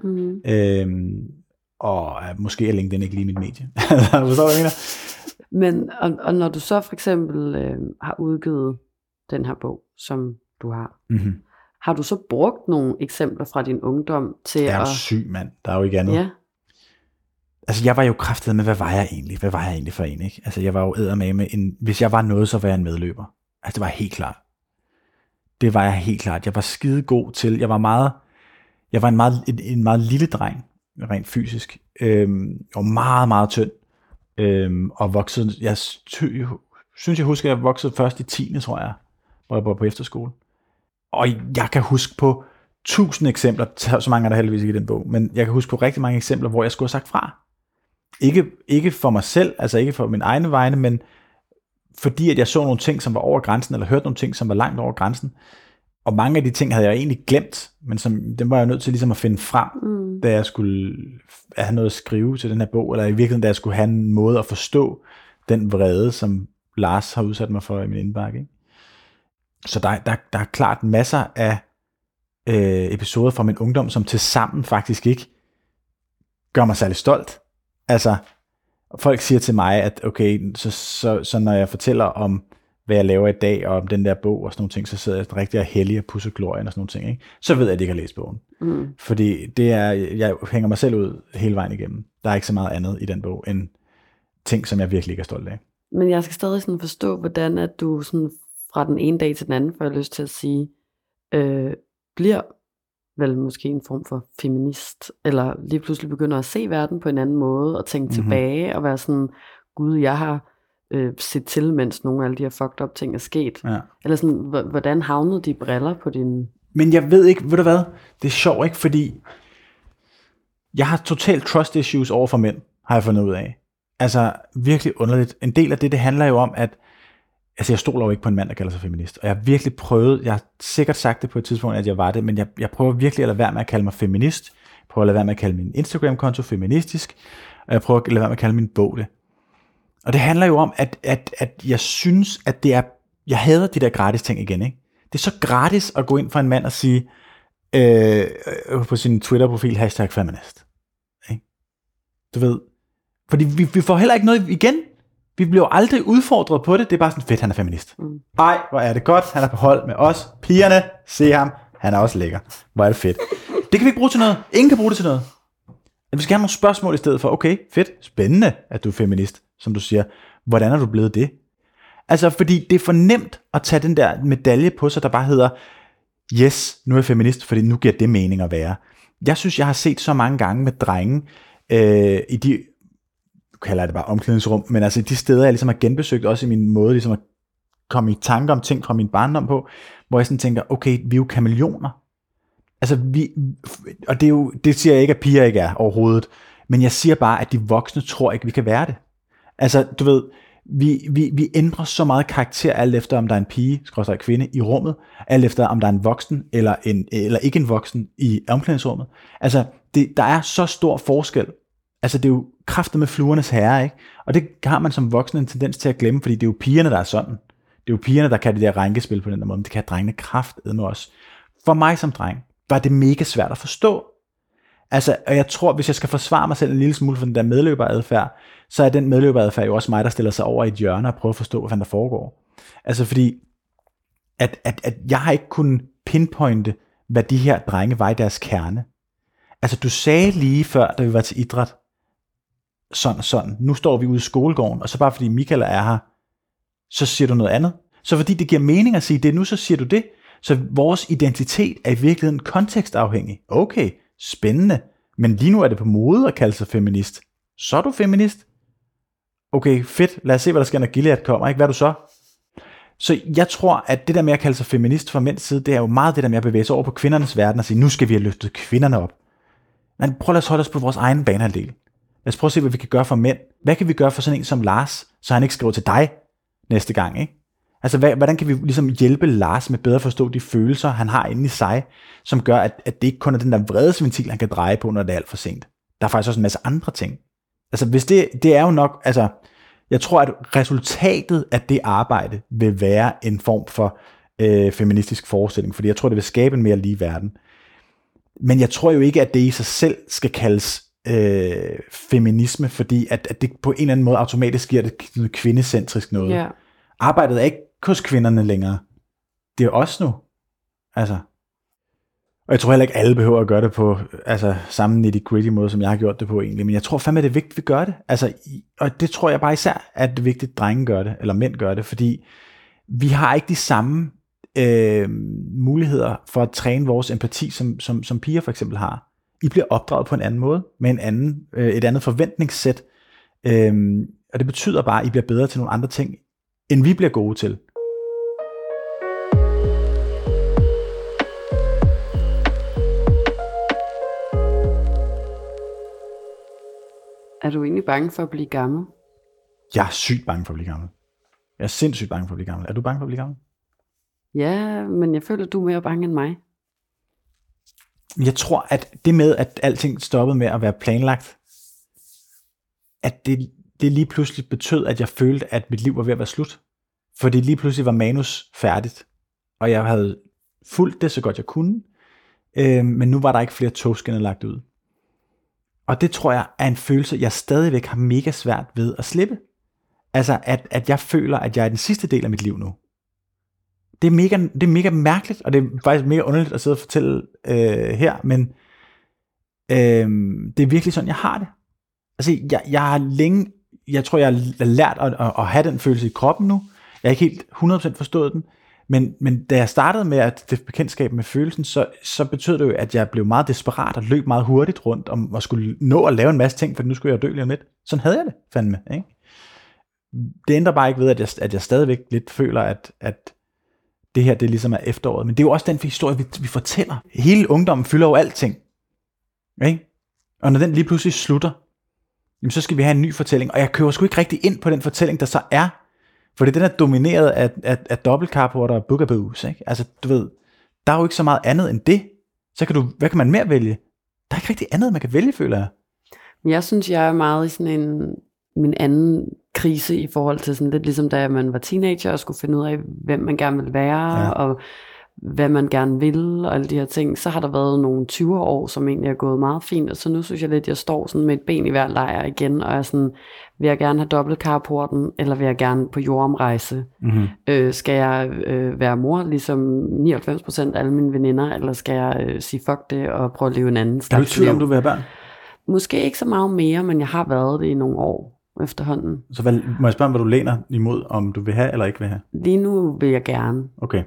Og måske er LinkedIn ikke lige mit medie. Forstår du, hvad jeg mener? Men, og når du så for eksempel har udgivet den her bog, som du har, har du så brugt nogle eksempler fra din ungdom til at... Jeg er jo syg, mand. Der er jo ikke andet. Ja. Altså, jeg var jo kraftet med, hvad var jeg egentlig for en, ikke? Altså, jeg var jo eddermame hvis jeg var noget, så var jeg en medløber. Altså, det var helt klart. Det var jeg helt klart. Jeg var skide god til. Jeg var en meget lille dreng, rent fysisk. Og meget, meget tynd. Og voksede, jeg husker, at jeg voksede først i 10. tror jeg, hvor jeg var på efterskole. Og jeg kan huske på 1000 eksempler, så mange er der heldigvis ikke i den bog, men jeg kan huske på rigtig mange eksempler, hvor jeg skulle have sagt fra. Ikke for mig selv, altså ikke for min egne vegne, men fordi at jeg så nogle ting, som var over grænsen, eller hørte nogle ting, som var langt over grænsen. Og mange af de ting havde jeg egentlig glemt, men dem var jeg nødt til ligesom at finde frem, da jeg skulle have noget at skrive til den her bog, eller i virkeligheden, da jeg skulle have en måde at forstå den vrede, som Lars har udsat mig for i min indbakke. Ikke? Så der er klart masser af episoder fra min ungdom, som tilsammen faktisk ikke gør mig særlig stolt. Altså, folk siger til mig, at okay, så når jeg fortæller om, hvad jeg laver i dag, og om den der bog og sådan nogle ting, så sidder jeg rigtig og hellig og pusser glorien og sådan nogle ting, ikke? Så ved jeg, at de ikke har læst bogen. Fordi jeg hænger mig selv ud hele vejen igennem. Der er ikke så meget andet i den bog, end ting, som jeg virkelig ikke er stolt af. Men jeg skal stadig sådan forstå, hvordan at du sådan fra den ene dag til den anden, får jeg lyst til at sige, bliver vel måske en form for feminist, eller lige pludselig begynder at se verden på en anden måde, og tænke tilbage, og være sådan, gud, jeg har set til, mens nogle af alle de her fucked up ting er sket. Ja. Eller sådan, hvordan havnede de briller på din... Men jeg ved ikke, ved du hvad, det er sjovt, ikke? Fordi jeg har totalt trust issues over for mænd, har jeg fundet ud af. Altså, virkelig underligt. En del af det handler jo om, at altså, jeg stoler jo ikke på en mand, der kalder sig feminist. Og jeg har virkelig prøvet, jeg har sikkert sagt det på et tidspunkt, at jeg var det, men jeg prøver virkelig at lade være med at kalde mig feminist. Jeg prøver at lade være med at kalde min Instagram-konto feministisk. Og jeg prøver at lade være med at kalde min bog det. Og det handler jo om, at jeg synes, at det er, jeg hader de der gratis ting igen, ikke? Det er så gratis at gå ind for en mand og sige, på sin Twitter-profil, #feminist. Ikke? Du ved, fordi vi får heller ikke noget igen. Vi bliver aldrig udfordret på det. Det er bare sådan, fedt, han er feminist. Ej, hvor er det godt, han er på hold med os. Pigerne, se ham, han er også lækker. Hvor er det fedt. Det kan vi ikke bruge til noget. Ingen kan bruge det til noget. Vi skal have nogle spørgsmål i stedet for, okay, fedt, spændende, at du er feminist, som du siger. Hvordan er du blevet det? Altså, fordi det er for nemt at tage den der medalje på sig, der bare hedder, yes, nu er jeg feminist, fordi nu giver det mening at være. Jeg synes, jeg har set så mange gange med drenge, i de, nu kalder jeg det bare omklædningsrum, men altså de steder, jeg ligesom har genbesøgt, også i min måde ligesom at komme i tanker om ting fra min barndom på, hvor jeg sådan tænker, okay, vi er jo kameleoner. Altså, og det siger jeg ikke, at piger ikke er overhovedet, men jeg siger bare, at de voksne tror ikke, vi kan være det. Altså, du ved, vi ændrer så meget karakter, alt efter om der er en pige, kvinde i rummet, alt efter om der er en voksen, eller ikke en voksen i omklædningsrummet. Altså, der er så stor forskel. Altså, det er jo kraftet med fluernes herre, ikke? Og det har man som voksen en tendens til at glemme, fordi det er jo pigerne, der er sådan. Det er jo pigerne, der kan det der rænkespil på den der måde, men det kan drengene kraftedme også. For mig som dreng var det mega svært at forstå. Altså, og jeg tror, hvis jeg skal forsvare mig selv en lille smule for den der medløberadfærd, så er den medløberadfærd jo også mig, der stiller sig over i et hjørne og prøver at forstå, hvad der foregår. Altså fordi, at jeg har ikke kunnet pinpointe, hvad de her drenge var i deres kerne. Altså, du sagde lige før, da vi var til idræt, sådan og sådan, nu står vi ude i skolegården, og så bare fordi Michael er her, så siger du noget andet. Så fordi det giver mening at sige det nu, så siger du det. Så vores identitet er i virkeligheden kontekstafhængig. Okay, spændende. Men lige nu er det på mode at kalde sig feminist. Så er du feminist. okay, fedt, lad os se, hvad der sker, når Gilead kommer, ikke? Hvad er du så? Så jeg tror, at det der med at kalde sig feminist fra mænds side, det er jo meget det der med at bevæge sig over på kvindernes verden og sige, nu skal vi have løftet kvinderne op. Men prøv at holde os på vores egen banehalvdel. Lad os prøve at se, hvad vi kan gøre for mænd. Hvad kan vi gøre for sådan en som Lars, så han ikke skriver til dig næste gang, ikke? Altså, hvordan kan vi ligesom hjælpe Lars med bedre at forstå de følelser, han har inde i sig, som gør, at det ikke kun er den der vredesventil, han kan dreje på, når det er alt for sent. Der er faktisk også en masse andre ting. Altså, hvis det er jo nok, altså, jeg tror, at resultatet af det arbejde vil være en form for feministisk forestilling, fordi jeg tror, det vil skabe en mere lige verden. Men jeg tror jo ikke, at det i sig selv skal kaldes feminisme, fordi at det på en eller anden måde automatisk giver det noget kvindecentrisk noget. Yeah. Arbejdet er ikke hos kvinderne længere. Det er os nu. Altså. Og jeg tror heller ikke, alle behøver at gøre det på samme nitty-gritty måde, som jeg har gjort det på egentlig. Men jeg tror fandme, det er vigtigt, at vi gør det. Altså, og det tror jeg bare især, at det er vigtigt, at drenge gør det, eller mænd gør det, fordi vi har ikke de samme muligheder for at træne vores empati, som piger for eksempel har. I bliver opdraget på en anden måde, med et andet forventningssæt. Og det betyder bare, at I bliver bedre til nogle andre ting, end vi bliver gode til. Er du egentlig bange for at blive gammel? Jeg er sygt bange for at blive gammel. Jeg er sindssygt bange for at blive gammel. Er du bange for at blive gammel? Ja, men jeg føler, at du er mere bange end mig. Jeg tror, at det med, at alting stoppede med at være planlagt, at det lige pludselig betød, at jeg følte, at mit liv var ved at være slut. Fordi lige pludselig var manus færdigt, og jeg havde fulgt det så godt jeg kunne, men nu var der ikke flere togskinner lagt ud. Og det tror jeg er en følelse, jeg stadigvæk har mega svært ved at slippe. Altså, at jeg føler, at jeg er i den sidste del af mit liv nu. Det er mega mærkeligt, og det er faktisk mega underligt at sidde og fortælle her, men det er virkelig sådan, jeg har det. Altså, jeg har længe, jeg tror, jeg har lært at have den følelse i kroppen nu. Jeg har ikke helt 100% forstået den, men da jeg startede med at det bekendtskab med følelsen, så betød det jo, at jeg blev meget desperat og løb meget hurtigt rundt om at skulle nå at lave en masse ting, for nu skulle jeg dø lige om lidt. Sådan havde jeg det fandme, ikke? Det ændrer bare ikke ved, at jeg stadigvæk lidt føler, at det her, det ligesom er efteråret. Men det er jo også den historie, vi fortæller. Hele ungdommen fylder jo alting. Ikke? Og når den lige pludselig slutter, jamen, så skal vi have en ny fortælling. Og jeg køber sgu ikke rigtig ind på den fortælling, der så er. Fordi den er domineret af dobbeltcarporter og boogaboos. Ikke? Altså, du ved, der er jo ikke så meget andet end det. Så hvad kan man mere vælge? Der er ikke rigtig andet, man kan vælge, føler jeg. Jeg synes, jeg er meget i sådan min anden krise i forhold til sådan lidt ligesom da man var teenager og skulle finde ud af, hvem man gerne vil være, og hvad man gerne vil, og alle de her ting. Så har der været nogle 20 år, som egentlig er gået meget fint, og så nu synes jeg lidt, jeg står sådan med et ben i hver lejr igen, og er sådan, vil jeg gerne have dobbeltcarporten, eller vil jeg gerne på jordomrejse? Mm-hmm. Skal jeg være mor, ligesom 99% af alle mine veninder, eller skal jeg sige fuck det, og prøve at leve en anden slags liv? Er du i tvivl om, du vil have børn? Måske ikke så meget mere, men jeg har været det i nogle år efterhånden. Så må jeg spørge, hvad du læner imod, om du vil have eller ikke vil have? Lige nu vil jeg gerne. Okay.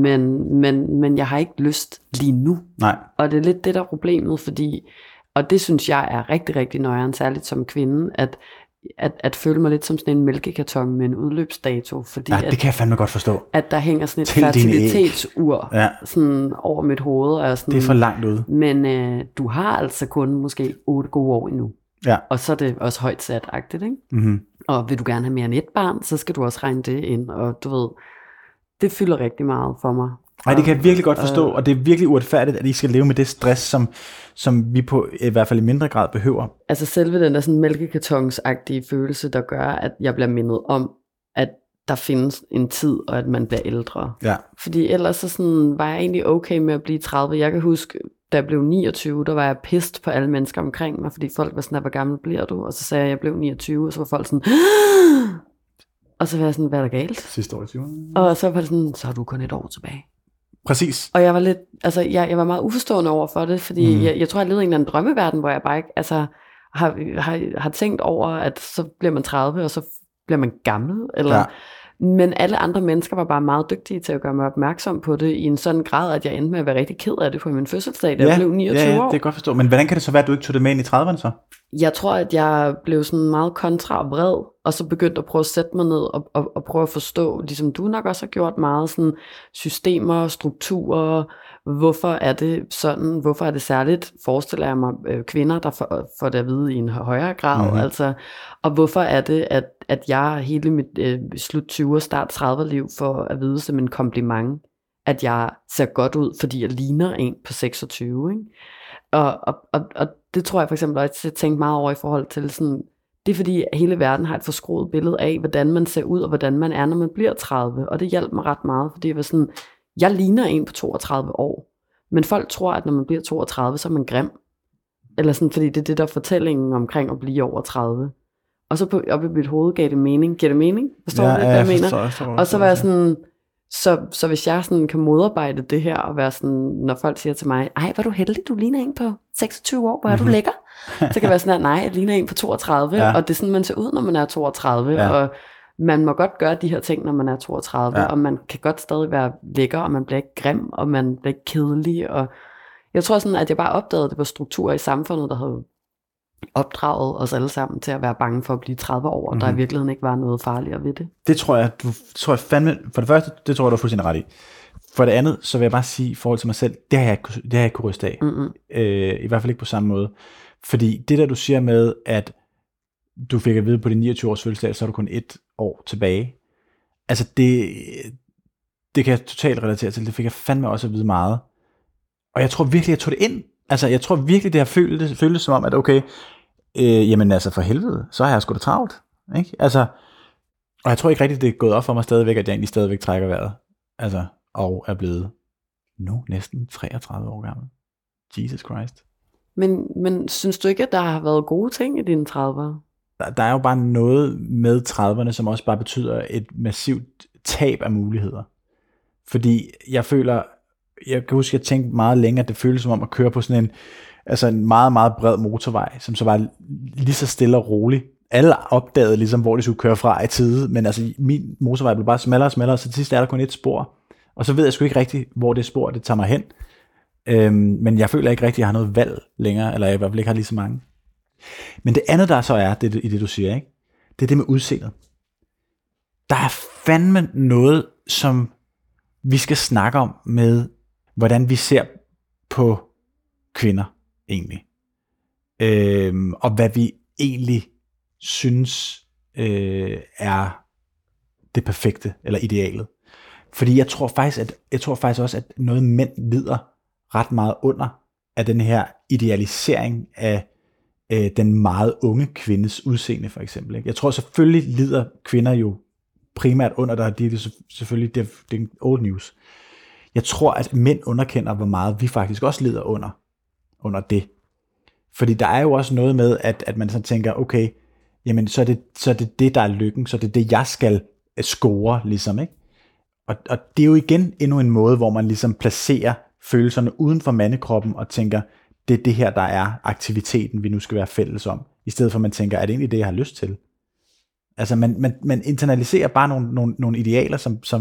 Men jeg har ikke lyst lige nu. Nej. Og det er lidt det, der er problemet, fordi, og det synes jeg er rigtig, rigtig nøjeren, særligt som kvinde, at føle mig lidt som sådan en mælkekarton med en udløbsdato. Fordi ja, det kan jeg fandme godt forstå. At der hænger sådan et fertilitetsur sådan over mit hoved. Og sådan, det er for langt ude. Men du har altså kun måske 8 gode år endnu. Ja. Og så er det også højt sat-agtigt, ikke? Mm-hmm. Og vil du gerne have mere end et barn, så skal du også regne det ind. Og du ved, det fylder rigtig meget for mig. Nej, det kan jeg virkelig godt forstå, og det er virkelig uretfærdigt, at I skal leve med det stress, som vi på i hvert fald i mindre grad behøver. Altså selve den der sådan mælkekartonsagtige følelse, der gør, at jeg bliver mindet om, at der findes en tid, og at man bliver ældre. Ja. Fordi ellers så sådan, var jeg egentlig okay med at blive 30. Jeg kan huske, da jeg blev 29, der var jeg pissed på alle mennesker omkring mig, fordi folk var sådan, hvor gammel bliver du? Og så sagde jeg, at jeg blev 29, og så var folk sådan, og så var jeg sådan, hvad er der galt? Sidste år i 20'erne. Og så var det sådan, så har du kun et år tilbage. Præcis. Og jeg var lidt, altså jeg var meget uforstående over for det, fordi jeg tror, jeg levede i en eller anden drømmeverden, hvor jeg bare ikke, altså har tænkt over, at så bliver man 30, og så bliver man gammel, eller... Ja. Men alle andre mennesker var bare meget dygtige til at gøre mig opmærksom på det, i en sådan grad, at jeg endte med at være rigtig ked af det på min fødselsdag, da jeg blev 29 år. Ja, det kan jeg godt forstå. Men hvordan kan det så være, at du ikke tog det med ind i 30'erne så? Jeg tror, at jeg blev sådan meget vred, og så begyndte at prøve at sætte mig ned og prøve at forstå, ligesom du nok også har gjort meget, sådan systemer, strukturer, hvorfor er det sådan, hvorfor er det særligt, forestiller jeg mig, kvinder, der får det at vide i en højere grad, altså, og hvorfor er det, at jeg hele mit slut 20'er, start 30'er liv får at vide som en kompliment, at jeg ser godt ud, fordi jeg ligner en på 26, ikke? Og det tror jeg for eksempel også, jeg tænkte meget over i forhold til sådan, det er fordi hele verden har et forskruet billede af, hvordan man ser ud, og hvordan man er, når man bliver 30, og det hjalp mig ret meget, fordi jeg var sådan, jeg ligner en på 32 år, men folk tror, at når man bliver 32, så er man grim, eller sådan, fordi det er det der fortællingen omkring at blive over 30, og så op i mit hoved gav det mening, giver det mening? Forstår du, hvad jeg mener? Forstår, og så var jeg sådan, så hvis jeg sådan kan modarbejde det her, og være sådan, når folk siger til mig, ej, hvor er du heldig, du ligner en på 26 år, hvor er du lækker? Så kan jeg være sådan, nej, jeg ligner en på 32, og det er sådan, man ser ud, når man er 32, og man må godt gøre de her ting, når man er 32, og man kan godt stadig være lækker, og man bliver ikke grim, og man bliver ikke kedelig, og jeg tror sådan, at jeg bare opdagede, at det var strukturer i samfundet, der havde opdraget os alle sammen til at være bange for at blive 30 år, og der i virkeligheden ikke var noget farligere ved det. Det tror jeg fandme, for det første, det tror jeg, du er fuldstændig ret i. For det andet, så vil jeg bare sige, i forhold til mig selv, det har jeg ikke kunne ryste af. I hvert fald ikke på samme måde. Fordi det der, du siger med, at du fik at vide på din 29 års fødselsdag, så er du kun 1 år tilbage. Altså det kan jeg totalt relatere til. Det fik jeg fandme også at vide meget. Og jeg tror virkelig, jeg tog det ind. Altså jeg tror virkelig, det har føltes som om, at okay, jamen altså for helvede, så har jeg sgu da travlt. Ikke? Altså, og jeg tror ikke rigtigt, det er gået op for mig stadigvæk, at jeg egentlig stadigvæk trækker vejret. Altså, og er blevet nu næsten 33 år gammel. Jesus Christ. Men synes du ikke, at der har været gode ting i dine 30'ere? Der er jo bare noget med 30'erne, som også bare betyder et massivt tab af muligheder. Fordi jeg føler, jeg kan huske, at jeg tænkte meget længe, at det føltes som om at køre på sådan en meget, meget bred motorvej, som så var lige så stille og rolig. Alle opdagede ligesom, hvor de skulle køre fra i tide, men altså min motorvej blev bare smallere og smallere, så til sidst er der kun 1 spor. Og så ved jeg sgu ikke rigtigt, hvor det spor, det tager mig hen. Men jeg føler ikke rigtigt, at jeg har noget valg længere, eller jeg i hvert fald ikke har lige så mange. Men det andet, der så er, det i det, du siger, ikke? Det er det med udseendet. Der er fandme noget, som vi skal snakke om med, hvordan vi ser på kvinder, egentlig. Og hvad vi egentlig synes er det perfekte, eller idealet. Fordi jeg tror faktisk også, at noget mænd lider ret meget under af den her idealisering af den meget unge kvindes udseende, for eksempel. Ikke? Jeg tror selvfølgelig lider kvinder jo primært under der, det er selvfølgelig det er old news. Jeg tror, at mænd underkender, hvor meget vi faktisk også lider under det. Fordi der er jo også noget med, at man så tænker, okay, jamen så er det, der er lykken, så det er det, jeg skal score, ligesom, ikke? Og det er jo igen endnu en måde, hvor man ligesom placerer følelserne uden for mandekroppen og tænker, det er det her, der er aktiviteten, vi nu skal være fælles om. I stedet for, at man tænker, er det egentlig det, jeg har lyst til? Altså, man internaliserer bare nogle idealer,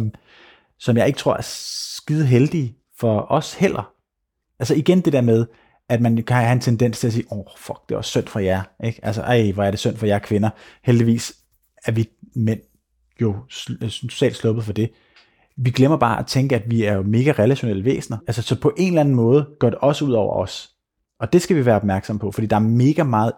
som jeg ikke tror er skide heldige for os heller. Altså igen det der med, at man kan have en tendens til at sige, fuck, det er også synd for jer. Ikke? Altså, hvor er det synd for jer kvinder. Heldigvis er vi mænd jo socialt sluppet for det. Vi glemmer bare at tænke, at vi er jo mega relationelle væsener. Altså, så på en eller anden måde går det også ud over os. Og det skal vi være opmærksom på, fordi der er mega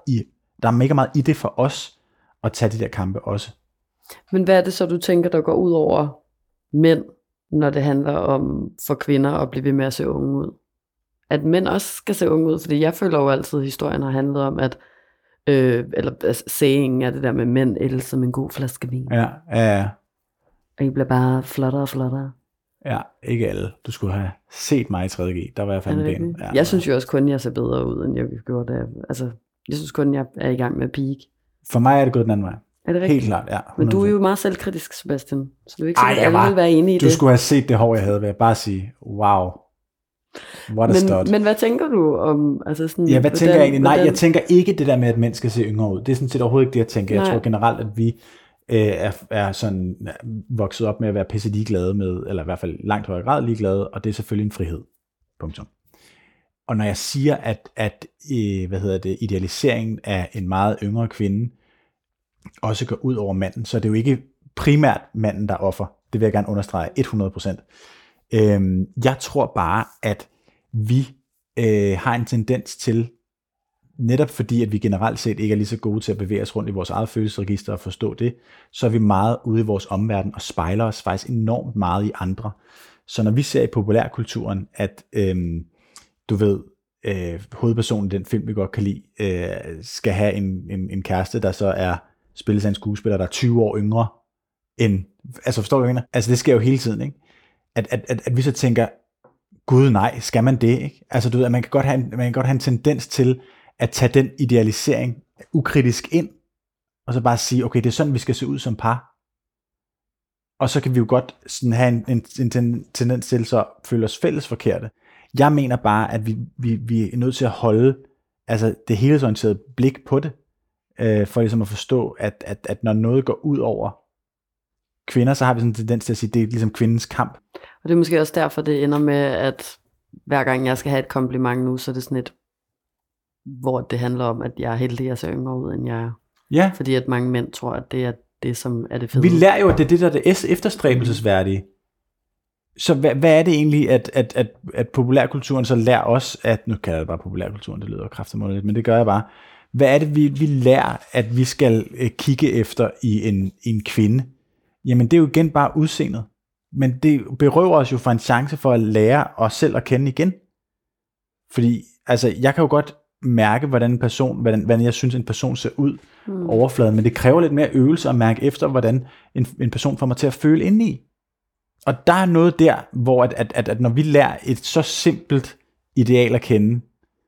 meget i det for os at tage de der kampe også. Men hvad er det så, du tænker, der går ud over mænd, når det handler om for kvinder at blive ved med at se unge ud? At mænd også skal se unge ud, fordi jeg føler jo altid, at historien har handlet om, at eller sayingen er det der med mænd ældre som en god flaske vin. Ja. Og I bliver bare flottere og flottere. Ja, ikke alle. Du skulle have set mig i 3.G. Der var jeg fandme den. Ja, jeg synes jo også kun, jeg ser bedre ud, end jeg gjorde det. Altså, jeg synes kun, jeg er i gang med at peak. For mig er det gået den anden vej. Er det rigtigt? Helt klart, ja. 100%. Men du er jo meget selvkritisk, Sebastian. Så du er ikke sikkert, at alle vil være enige i det. Du skulle have set det hår, jeg havde, vil jeg bare sige. Wow. What a start. Men hvad tænker du om... Altså sådan, ja, hvad tænker jeg egentlig? Nej, jeg tænker ikke det der med, at mænd skal se yngre ud. Det er sådan set overhovedet ikke det, jeg tænker. Jeg tror generelt, at vi er sådan vokset op med at være pisse ligeglade med, eller i hvert fald langt højere grad ligeglade, og det er selvfølgelig en frihed. Punktum. Og når jeg siger, at idealiseringen af en meget yngre kvinde også går ud over manden, så er det jo ikke primært manden, der er offer. Det vil jeg gerne understrege 100%. Jeg tror bare, at vi har en tendens til, netop fordi, at vi generelt set ikke er lige så gode til at bevæge os rundt i vores eget følelsesregister og forstå det, så er vi meget ude i vores omverden og spejler os faktisk enormt meget i andre. Så når vi ser i populærkulturen, at hovedpersonen i den film, vi godt kan lide, skal have en kæreste, der så er spillet af en skuespiller, der er 20 år yngre end, altså forstår du, hvad jeg mener? Altså det sker jo hele tiden, ikke? At vi så tænker, gud nej, skal man det, ikke? Altså du ved, at man kan godt have en tendens til at tage den idealisering ukritisk ind, og så bare sige, okay, det er sådan, vi skal se ud som par. Og så kan vi jo godt sådan have en tendens til så at føle os fælles forkerte. Jeg mener bare, at vi er nødt til at holde altså det helhedsorienterede blik på det, for ligesom at forstå, at når noget går ud over kvinder, så har vi sådan en tendens til at sige, at det er ligesom kvindens kamp. Og det er måske også derfor, det ender med, at hver gang jeg skal have et kompliment nu, så er det sådan et, hvor det handler om, at jeg er heldig, at jeg ser yngre ud, end jeg er. Ja. Fordi at mange mænd tror, at det er det, som er det fede. Vi lærer jo, at det er det, der er det efterstræbelsesværdige. Så hvad er det egentlig, at populærkulturen så lærer os, at, nu kalder jeg det bare populærkulturen, det lyder kraftigt lidt, men det gør jeg bare. Hvad er det, vi lærer, at vi skal kigge efter i en kvinde? Jamen det er jo igen bare udseendet. Men det berøver os jo for en chance for at lære os selv at kende igen. Fordi altså, jeg kan jo godt mærke, hvordan jeg synes, en person ser ud overfladen, men det kræver lidt mere øvelse at mærke efter, hvordan en person får mig til at føle indeni. Og der er noget der, hvor at når vi lærer et så simpelt ideal at kende,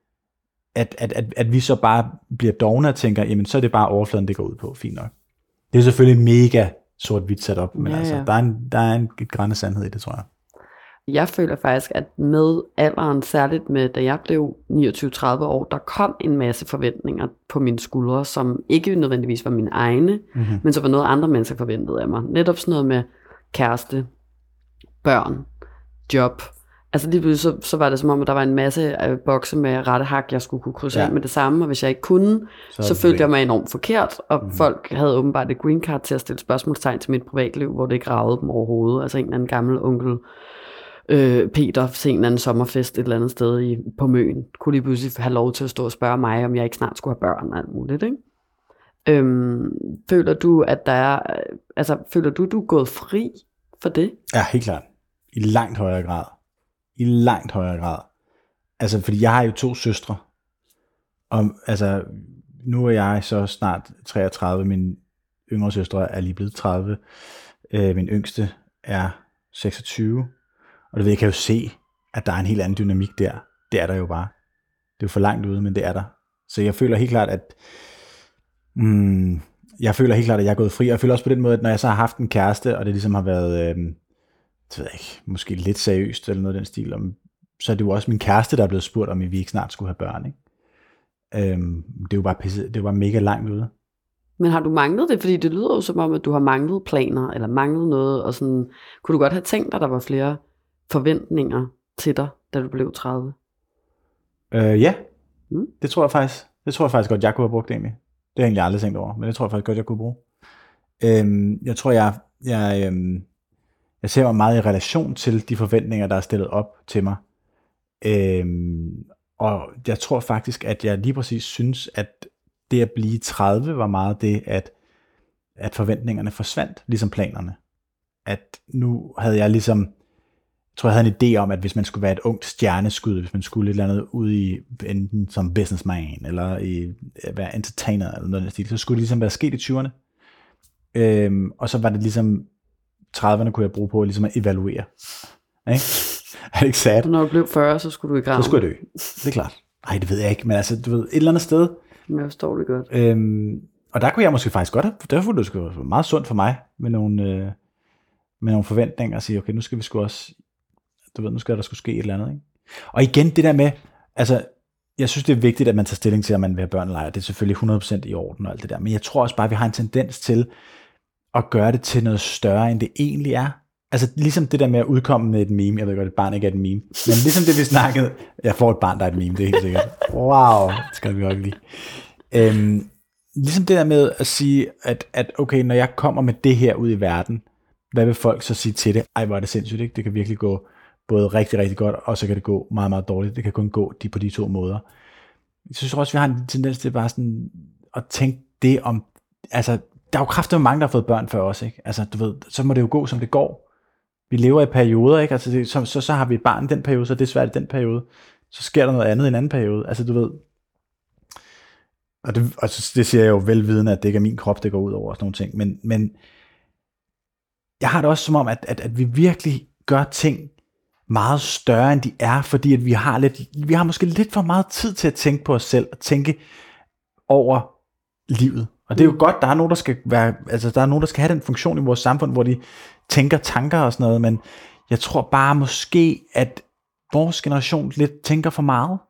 at vi så bare bliver dovne og tænker, jamen så er det bare overfladen, det går ud på, fint nok. Det er selvfølgelig mega sort-hvidt sat op, men altså, der er et gran af sandhed i det, tror jeg. Jeg føler faktisk, at med alderen, særligt med, da jeg blev 29-30 år, der kom en masse forventninger på mine skuldre, som ikke nødvendigvis var mine egne, men så var noget andre mennesker forventede af mig. Netop sådan noget med kæreste, børn, job. Altså lige pludselig så var det som om, at der var en masse bokse med rette hak, jeg skulle kunne krydse af med det samme, og hvis jeg ikke kunne, så følte jeg mig enormt forkert, og folk havde åbenbart et green card til at stille spørgsmålstegn til mit privatliv, hvor det ikke ragede dem overhovedet. Altså en eller anden gammel onkel Peter til en eller anden sommerfest et eller andet sted på Møn, kunne lige pludselig have lov til at stå og spørge mig, om jeg ikke snart skulle have børn og alt muligt, ikke? Føler du, at der er, altså føler du er gået fri for det? Ja, helt klart. I langt højere grad. Altså, fordi jeg har jo 2 søstre, og altså, nu er jeg så snart 33, min yngre søstre er lige blevet 30, min yngste er 26, og det ved jeg, kan jo se, at der er en helt anden dynamik der. Det er der jo bare. Det er jo for langt ude, men det er der. Så jeg føler helt klart, at jeg er gået fri, og jeg føler også på den måde, at når jeg så har haft en kæreste, og det ligesom har været, det ved jeg ikke, måske lidt seriøst, eller noget af den stil, så er det jo også min kæreste, der er blevet spurgt, om vi ikke snart skulle have børn, ikke? Det er jo bare det er jo bare mega langt ude. Men har du manglet det? Fordi det lyder jo som om, at du har manglet planer, eller manglet noget, og sådan, kunne du godt have tænkt dig, at der var flere forventninger til dig, da du blev 30? Ja, det tror jeg faktisk godt, jeg kunne have brugt egentlig. Det har jeg egentlig aldrig tænkt over, men det tror jeg faktisk godt, jeg kunne bruge. Jeg tror, jeg ser mig meget i relation til de forventninger, der er stillet op til mig. Og jeg tror faktisk, at jeg lige præcis synes, at det at blive 30 var meget det, at forventningerne forsvandt, ligesom planerne. At nu havde jeg ligesom, jeg tror, jeg havde en idé om, at hvis man skulle være et ungt stjerneskud, hvis man skulle et eller andet ud i, enten som businessman, eller være entertainer, eller noget af den stil, så skulle det ligesom være sket i 20'erne. Og så var det ligesom, 30'erne kunne jeg bruge på ligesom at evaluere. Ikke? Er det ikke sad? Når du blev 40, så skulle du i graven. Så skulle jeg dø. Det er klart. Nej, det ved jeg ikke, men altså, du ved, et eller andet sted. Men jeg forstår det godt. Og der kunne jeg måske faktisk godt have, derfor det skulle være meget sundt for mig, med nogle forventninger, at sige, okay, nu skal vi sgu også, du ved, nu skal der skulle ske et eller andet, ikke? Og igen, det der med, altså, jeg synes, det er vigtigt, at man tager stilling til, at man vil have børn eller ej. Det er selvfølgelig 100% i orden og alt det der, men jeg tror også bare, at vi har en tendens til at gøre det til noget større, end det egentlig er. Altså ligesom det der med at udkomme med et meme. Jeg ved godt, at et barn ikke er et meme. Men ligesom det, vi snakkede. Jeg får et barn, der er et meme, det er helt sikkert. Wow, det skal vi godt lide. Ligesom det der med at sige, at okay, når jeg kommer med det her ud i verden, hvad vil folk så sige til det? Ej, hvor er det sindssygt, ikke? Det kan virkelig gå både rigtig, rigtig godt, og så kan det gå meget, meget dårligt. Det kan kun gå på de to måder. Jeg synes også, vi har en tendens til bare sådan at tænke det om, altså, der er jo kraftigt mange, der har fået børn før os, ikke? Altså, du ved, så må det jo gå, som det går. Vi lever i perioder, ikke? Altså, så har vi et barn i den periode, så det er svært i den periode. Så sker der noget andet i en anden periode. Altså, du ved, og det siger jeg jo velvidende, at det ikke er min krop, det går ud over og sådan nogle ting. Men jeg har det også som om, at vi virkelig gør ting meget større, end de er, fordi at vi har måske lidt for meget tid til at tænke på os selv, og tænke over livet. Og det er jo godt, der er nogen, der skal have den funktion i vores samfund, hvor de tænker tanker og sådan noget, men jeg tror bare måske, at vores generation lidt tænker for meget.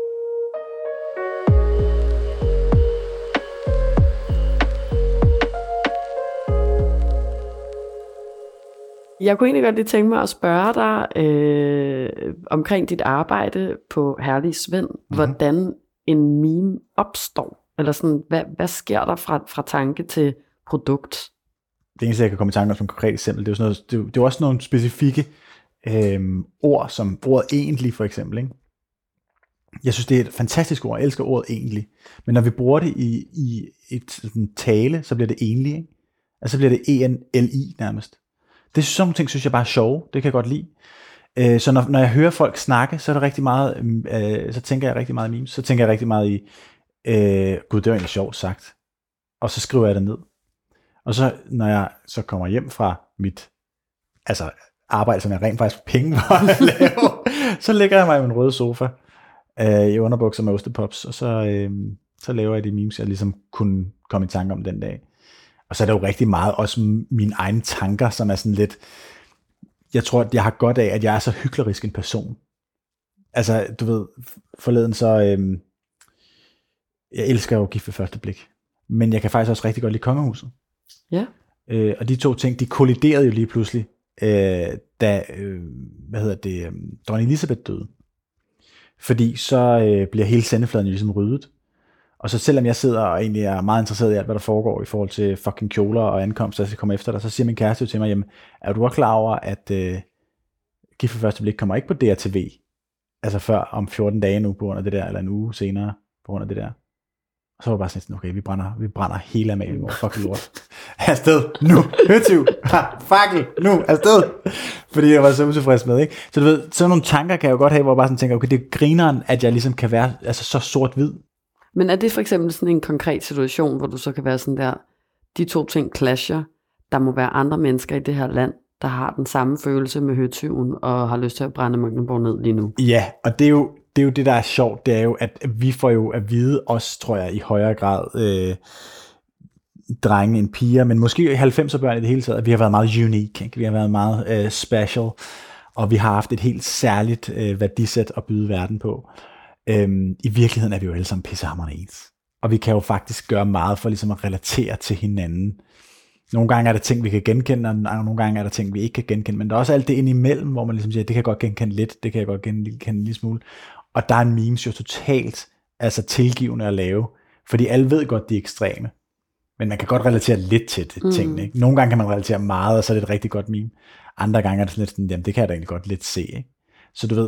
Jeg kunne egentlig godt lige tænke mig at spørge dig omkring dit arbejde på Herlig Svend, hvordan en meme opstår, eller sådan, hvad sker der fra tanke til produkt? Det eneste, jeg kan komme i tanke om som konkret eksempel, det er jo sådan noget, det er også nogle specifikke ord, som ordet egentlig for eksempel, ikke? Jeg synes, det er et fantastisk ord. Jeg elsker ordet egentlig. Men når vi bruger det i et tale, så bliver det egentlig, ikke? Altså så bliver det ENLI nærmest. Det sådan nogle ting, synes jeg bare er sjove. Det kan jeg godt lide. Så når jeg hører folk snakke, så er det rigtig meget, så tænker jeg rigtig meget i memes. Så tænker jeg rigtig meget i, gud, det var egentlig sjovt sagt. Og så skriver jeg det ned. Og så, når jeg så kommer hjem fra mit arbejde, som jeg rent faktisk får penge for at lave, så lægger jeg mig i min røde sofa i underbukser med ostepops, og så laver jeg de memes, jeg ligesom kunne komme i tanke om den dag. Og så er der jo rigtig meget også mine egne tanker, som er sådan lidt, jeg tror, at jeg har godt af, at jeg er så hyklerisk en person. Altså, du ved, forleden så, jeg elsker jo Gift ved første blik, men jeg kan faktisk også rigtig godt lide Kongehuset. Ja. Og de to ting, de kolliderede jo lige pludselig, da, dronning Elisabeth døde. Fordi så bliver hele sendefladen jo ligesom ryddet. Og så selvom jeg sidder og egentlig er meget interesseret i alt, hvad der foregår i forhold til fucking kjoler og ankomster, så kommer efter dig, så siger min kæreste til mig, jamen, er du også klar over, at Gift ved første blik kommer ikke på DRTV, altså før om 14 dage nu på grund af det der, eller en uge senere på grund af det der. Og så var jeg bare sådan, okay, vi brænder hele Amalienborg, fucking lort. Afsted, nu, høtyv, fakkel, nu, afsted. Fordi jeg var så utilfreds med, ikke? Så du ved, sådan nogle tanker kan jeg jo godt have, hvor jeg bare sådan tænker, okay, det er grineren, at jeg ligesom kan være så sort-hvid. Men er det for eksempel sådan en konkret situation, hvor du så kan være sådan der, de to ting clasher, der må være andre mennesker i det her land, der har den samme følelse med høtyven, og har lyst til at brænde Amalienborg ned lige nu? Ja, og det er jo det, der er sjovt, det er jo, at vi får jo at vide, også tror jeg, i højere grad, drenge end piger, men måske 90'er børn i det hele taget, at vi har været meget unique, ikke? Vi har været meget special, og vi har haft et helt særligt værdisæt at byde verden på. I virkeligheden er vi jo alle sammen pissehamrende ens. Og vi kan jo faktisk gøre meget for ligesom at relatere til hinanden. Nogle gange er der ting, vi kan genkende, og nogle gange er der ting, vi ikke kan genkende. Men der er også alt det indimellem, hvor man ligesom siger, det kan jeg godt genkende lidt, det kan jeg godt genkende en lille smule. Og der er en memes jo totalt tilgivende at lave, fordi alle ved godt, de er ekstreme. Men man kan godt relatere lidt til det, tingene. Ikke? Nogle gange kan man relatere meget, og så er det et rigtig godt meme. Andre gange er det sådan lidt sådan, jamen det kan jeg da egentlig godt lidt se. Ikke? Så du ved,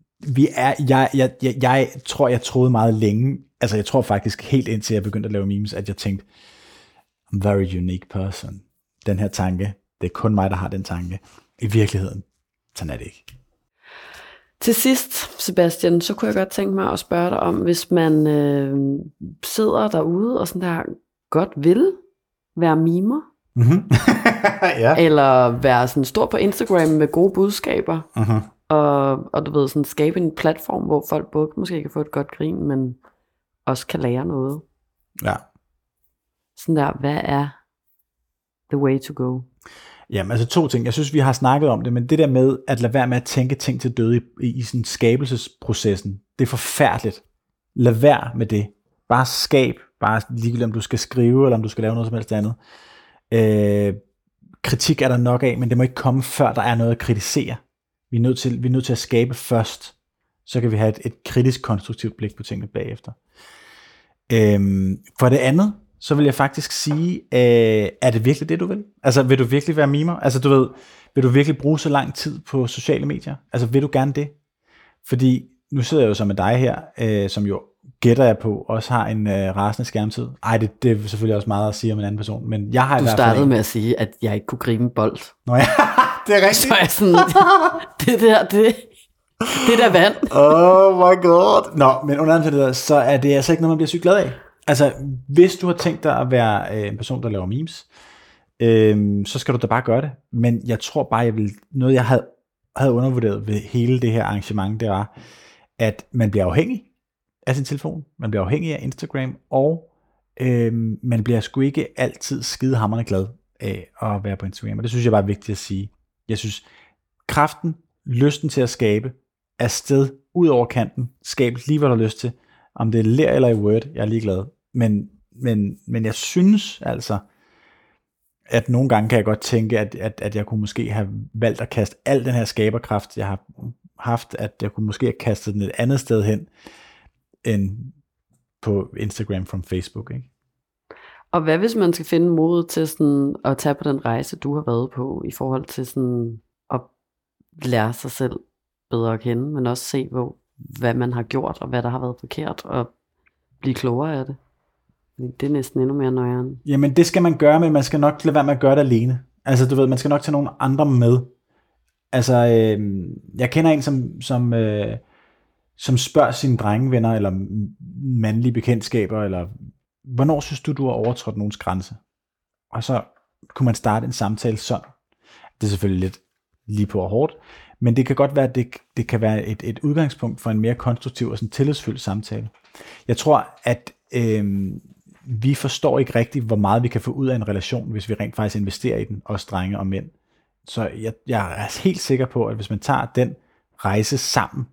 jeg tror, jeg troede meget længe, altså jeg tror faktisk helt indtil jeg begyndte at lave memes, at jeg tænkte, I'm a very unique person. Den her tanke, det er kun mig, der har den tanke. I virkeligheden, sådan er det ikke. Til sidst, Sebastian, så kunne jeg godt tænke mig at spørge dig om, hvis man sidder derude og sådan der godt vil være mimer, ja. eller være sådan stor på Instagram med gode budskaber, og du ved, sådan skabe en platform, hvor folk både måske kan få et godt grin, men også kan lære noget. Ja. Sådan der, hvad er the way to go? Jamen altså to ting. Jeg synes, vi har snakket om det, men det der med at lade være med at tænke ting til døde i sådan skabelsesprocessen, det er forfærdeligt. Lad være med det. Bare skab. Bare ligegyldigt om du skal skrive, eller om du skal lave noget som helst andet. kritik er der nok af, men det må ikke komme, før der er noget at kritisere. Vi er nødt til at skabe først, så kan vi have et kritisk, konstruktivt blik på tingene bagefter. For det andet, så vil jeg faktisk sige, er det virkelig det, du vil? Altså, vil du virkelig være mimer? Altså, du ved, vil du virkelig bruge så lang tid på sociale medier? Altså, vil du gerne det? Fordi nu sidder jeg jo så med dig her, som jo gætter jeg på, også har en rasende skærmtid. Ej, det er selvfølgelig også meget at sige om en anden person, men jeg har i hvert fald... Du startede med at sige, at jeg ikke kunne gribe en bold. Nå ja, det er rigtigt. Så er sådan, det der vand. Oh my god. Nå, men under andet så er det altså ikke noget, man bliver sygt glad af. Altså, hvis du har tænkt dig at være en person, der laver memes, så skal du da bare gøre det. Men jeg tror bare, noget jeg havde undervurderet ved hele det her arrangement, det var, at man bliver afhængig af sin telefon, man bliver afhængig af Instagram, og man bliver sgu ikke altid skidehamrende glad af at være på Instagram. Og det synes jeg bare er vigtigt at sige. Jeg synes, kraften, lysten til at skabe, er sted ud over kanten. Skab lige, hvad du har lyst til. Om det er lær eller i Word, jeg er ligeglad. Men jeg synes altså, at nogle gange kan jeg godt tænke, at jeg kunne måske have valgt at kaste al den her skaberkraft, jeg har haft, at jeg kunne måske have kastet den et andet sted hen, end på Instagram fra Facebook, ikke? Og hvad hvis man skal finde modet til sådan at tage på den rejse, du har været på, i forhold til sådan at lære sig selv bedre at kende, men også se, hvad man har gjort, og hvad der har været forkert, og blive klogere af det? Det er næsten endnu mere nøjeren. Jamen, det skal man gøre, men man skal nok lade være med at gøre det alene. Altså, du ved, man skal nok tage nogle andre med. Altså, jeg kender en, som spørger sine drengevenner, eller mandlige bekendtskaber, eller hvornår synes du har overtrådt nogens grænse? Og så kunne man starte en samtale sådan. Det er selvfølgelig lidt lige på og hårdt, men det kan godt være, at det kan være et udgangspunkt for en mere konstruktiv og sådan tillidsfyldt samtale. Jeg tror, at vi forstår ikke rigtigt, hvor meget vi kan få ud af en relation, hvis vi rent faktisk investerer i den, også drenge og mænd. Så jeg er helt sikker på, at hvis man tager den rejse sammen,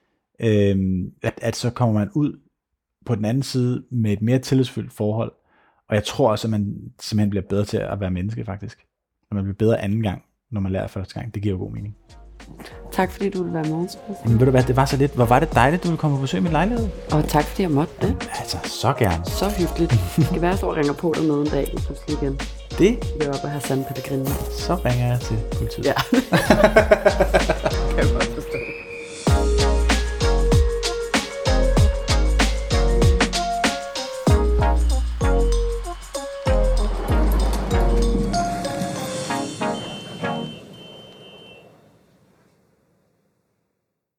at så kommer man ud på den anden side med et mere tillidsfyldt forhold. Og jeg tror også, at man simpelthen bliver bedre til at være menneske, faktisk. Når man bliver bedre anden gang, når man lærer første gang. Det giver jo god mening. Tak fordi du ville være med. Men ved du hvad, det var så lidt. Hvor var det dejligt, du ville komme på besøg i min lejlighed. Og tak fordi jeg måtte det. Altså, så gerne. Så hyggeligt. Det kan være, at jeg ringer på dernede en dag, pludselig igen. Det? Vi er oppe og have San Pellegrino. Så ringer jeg til politiet. Ja.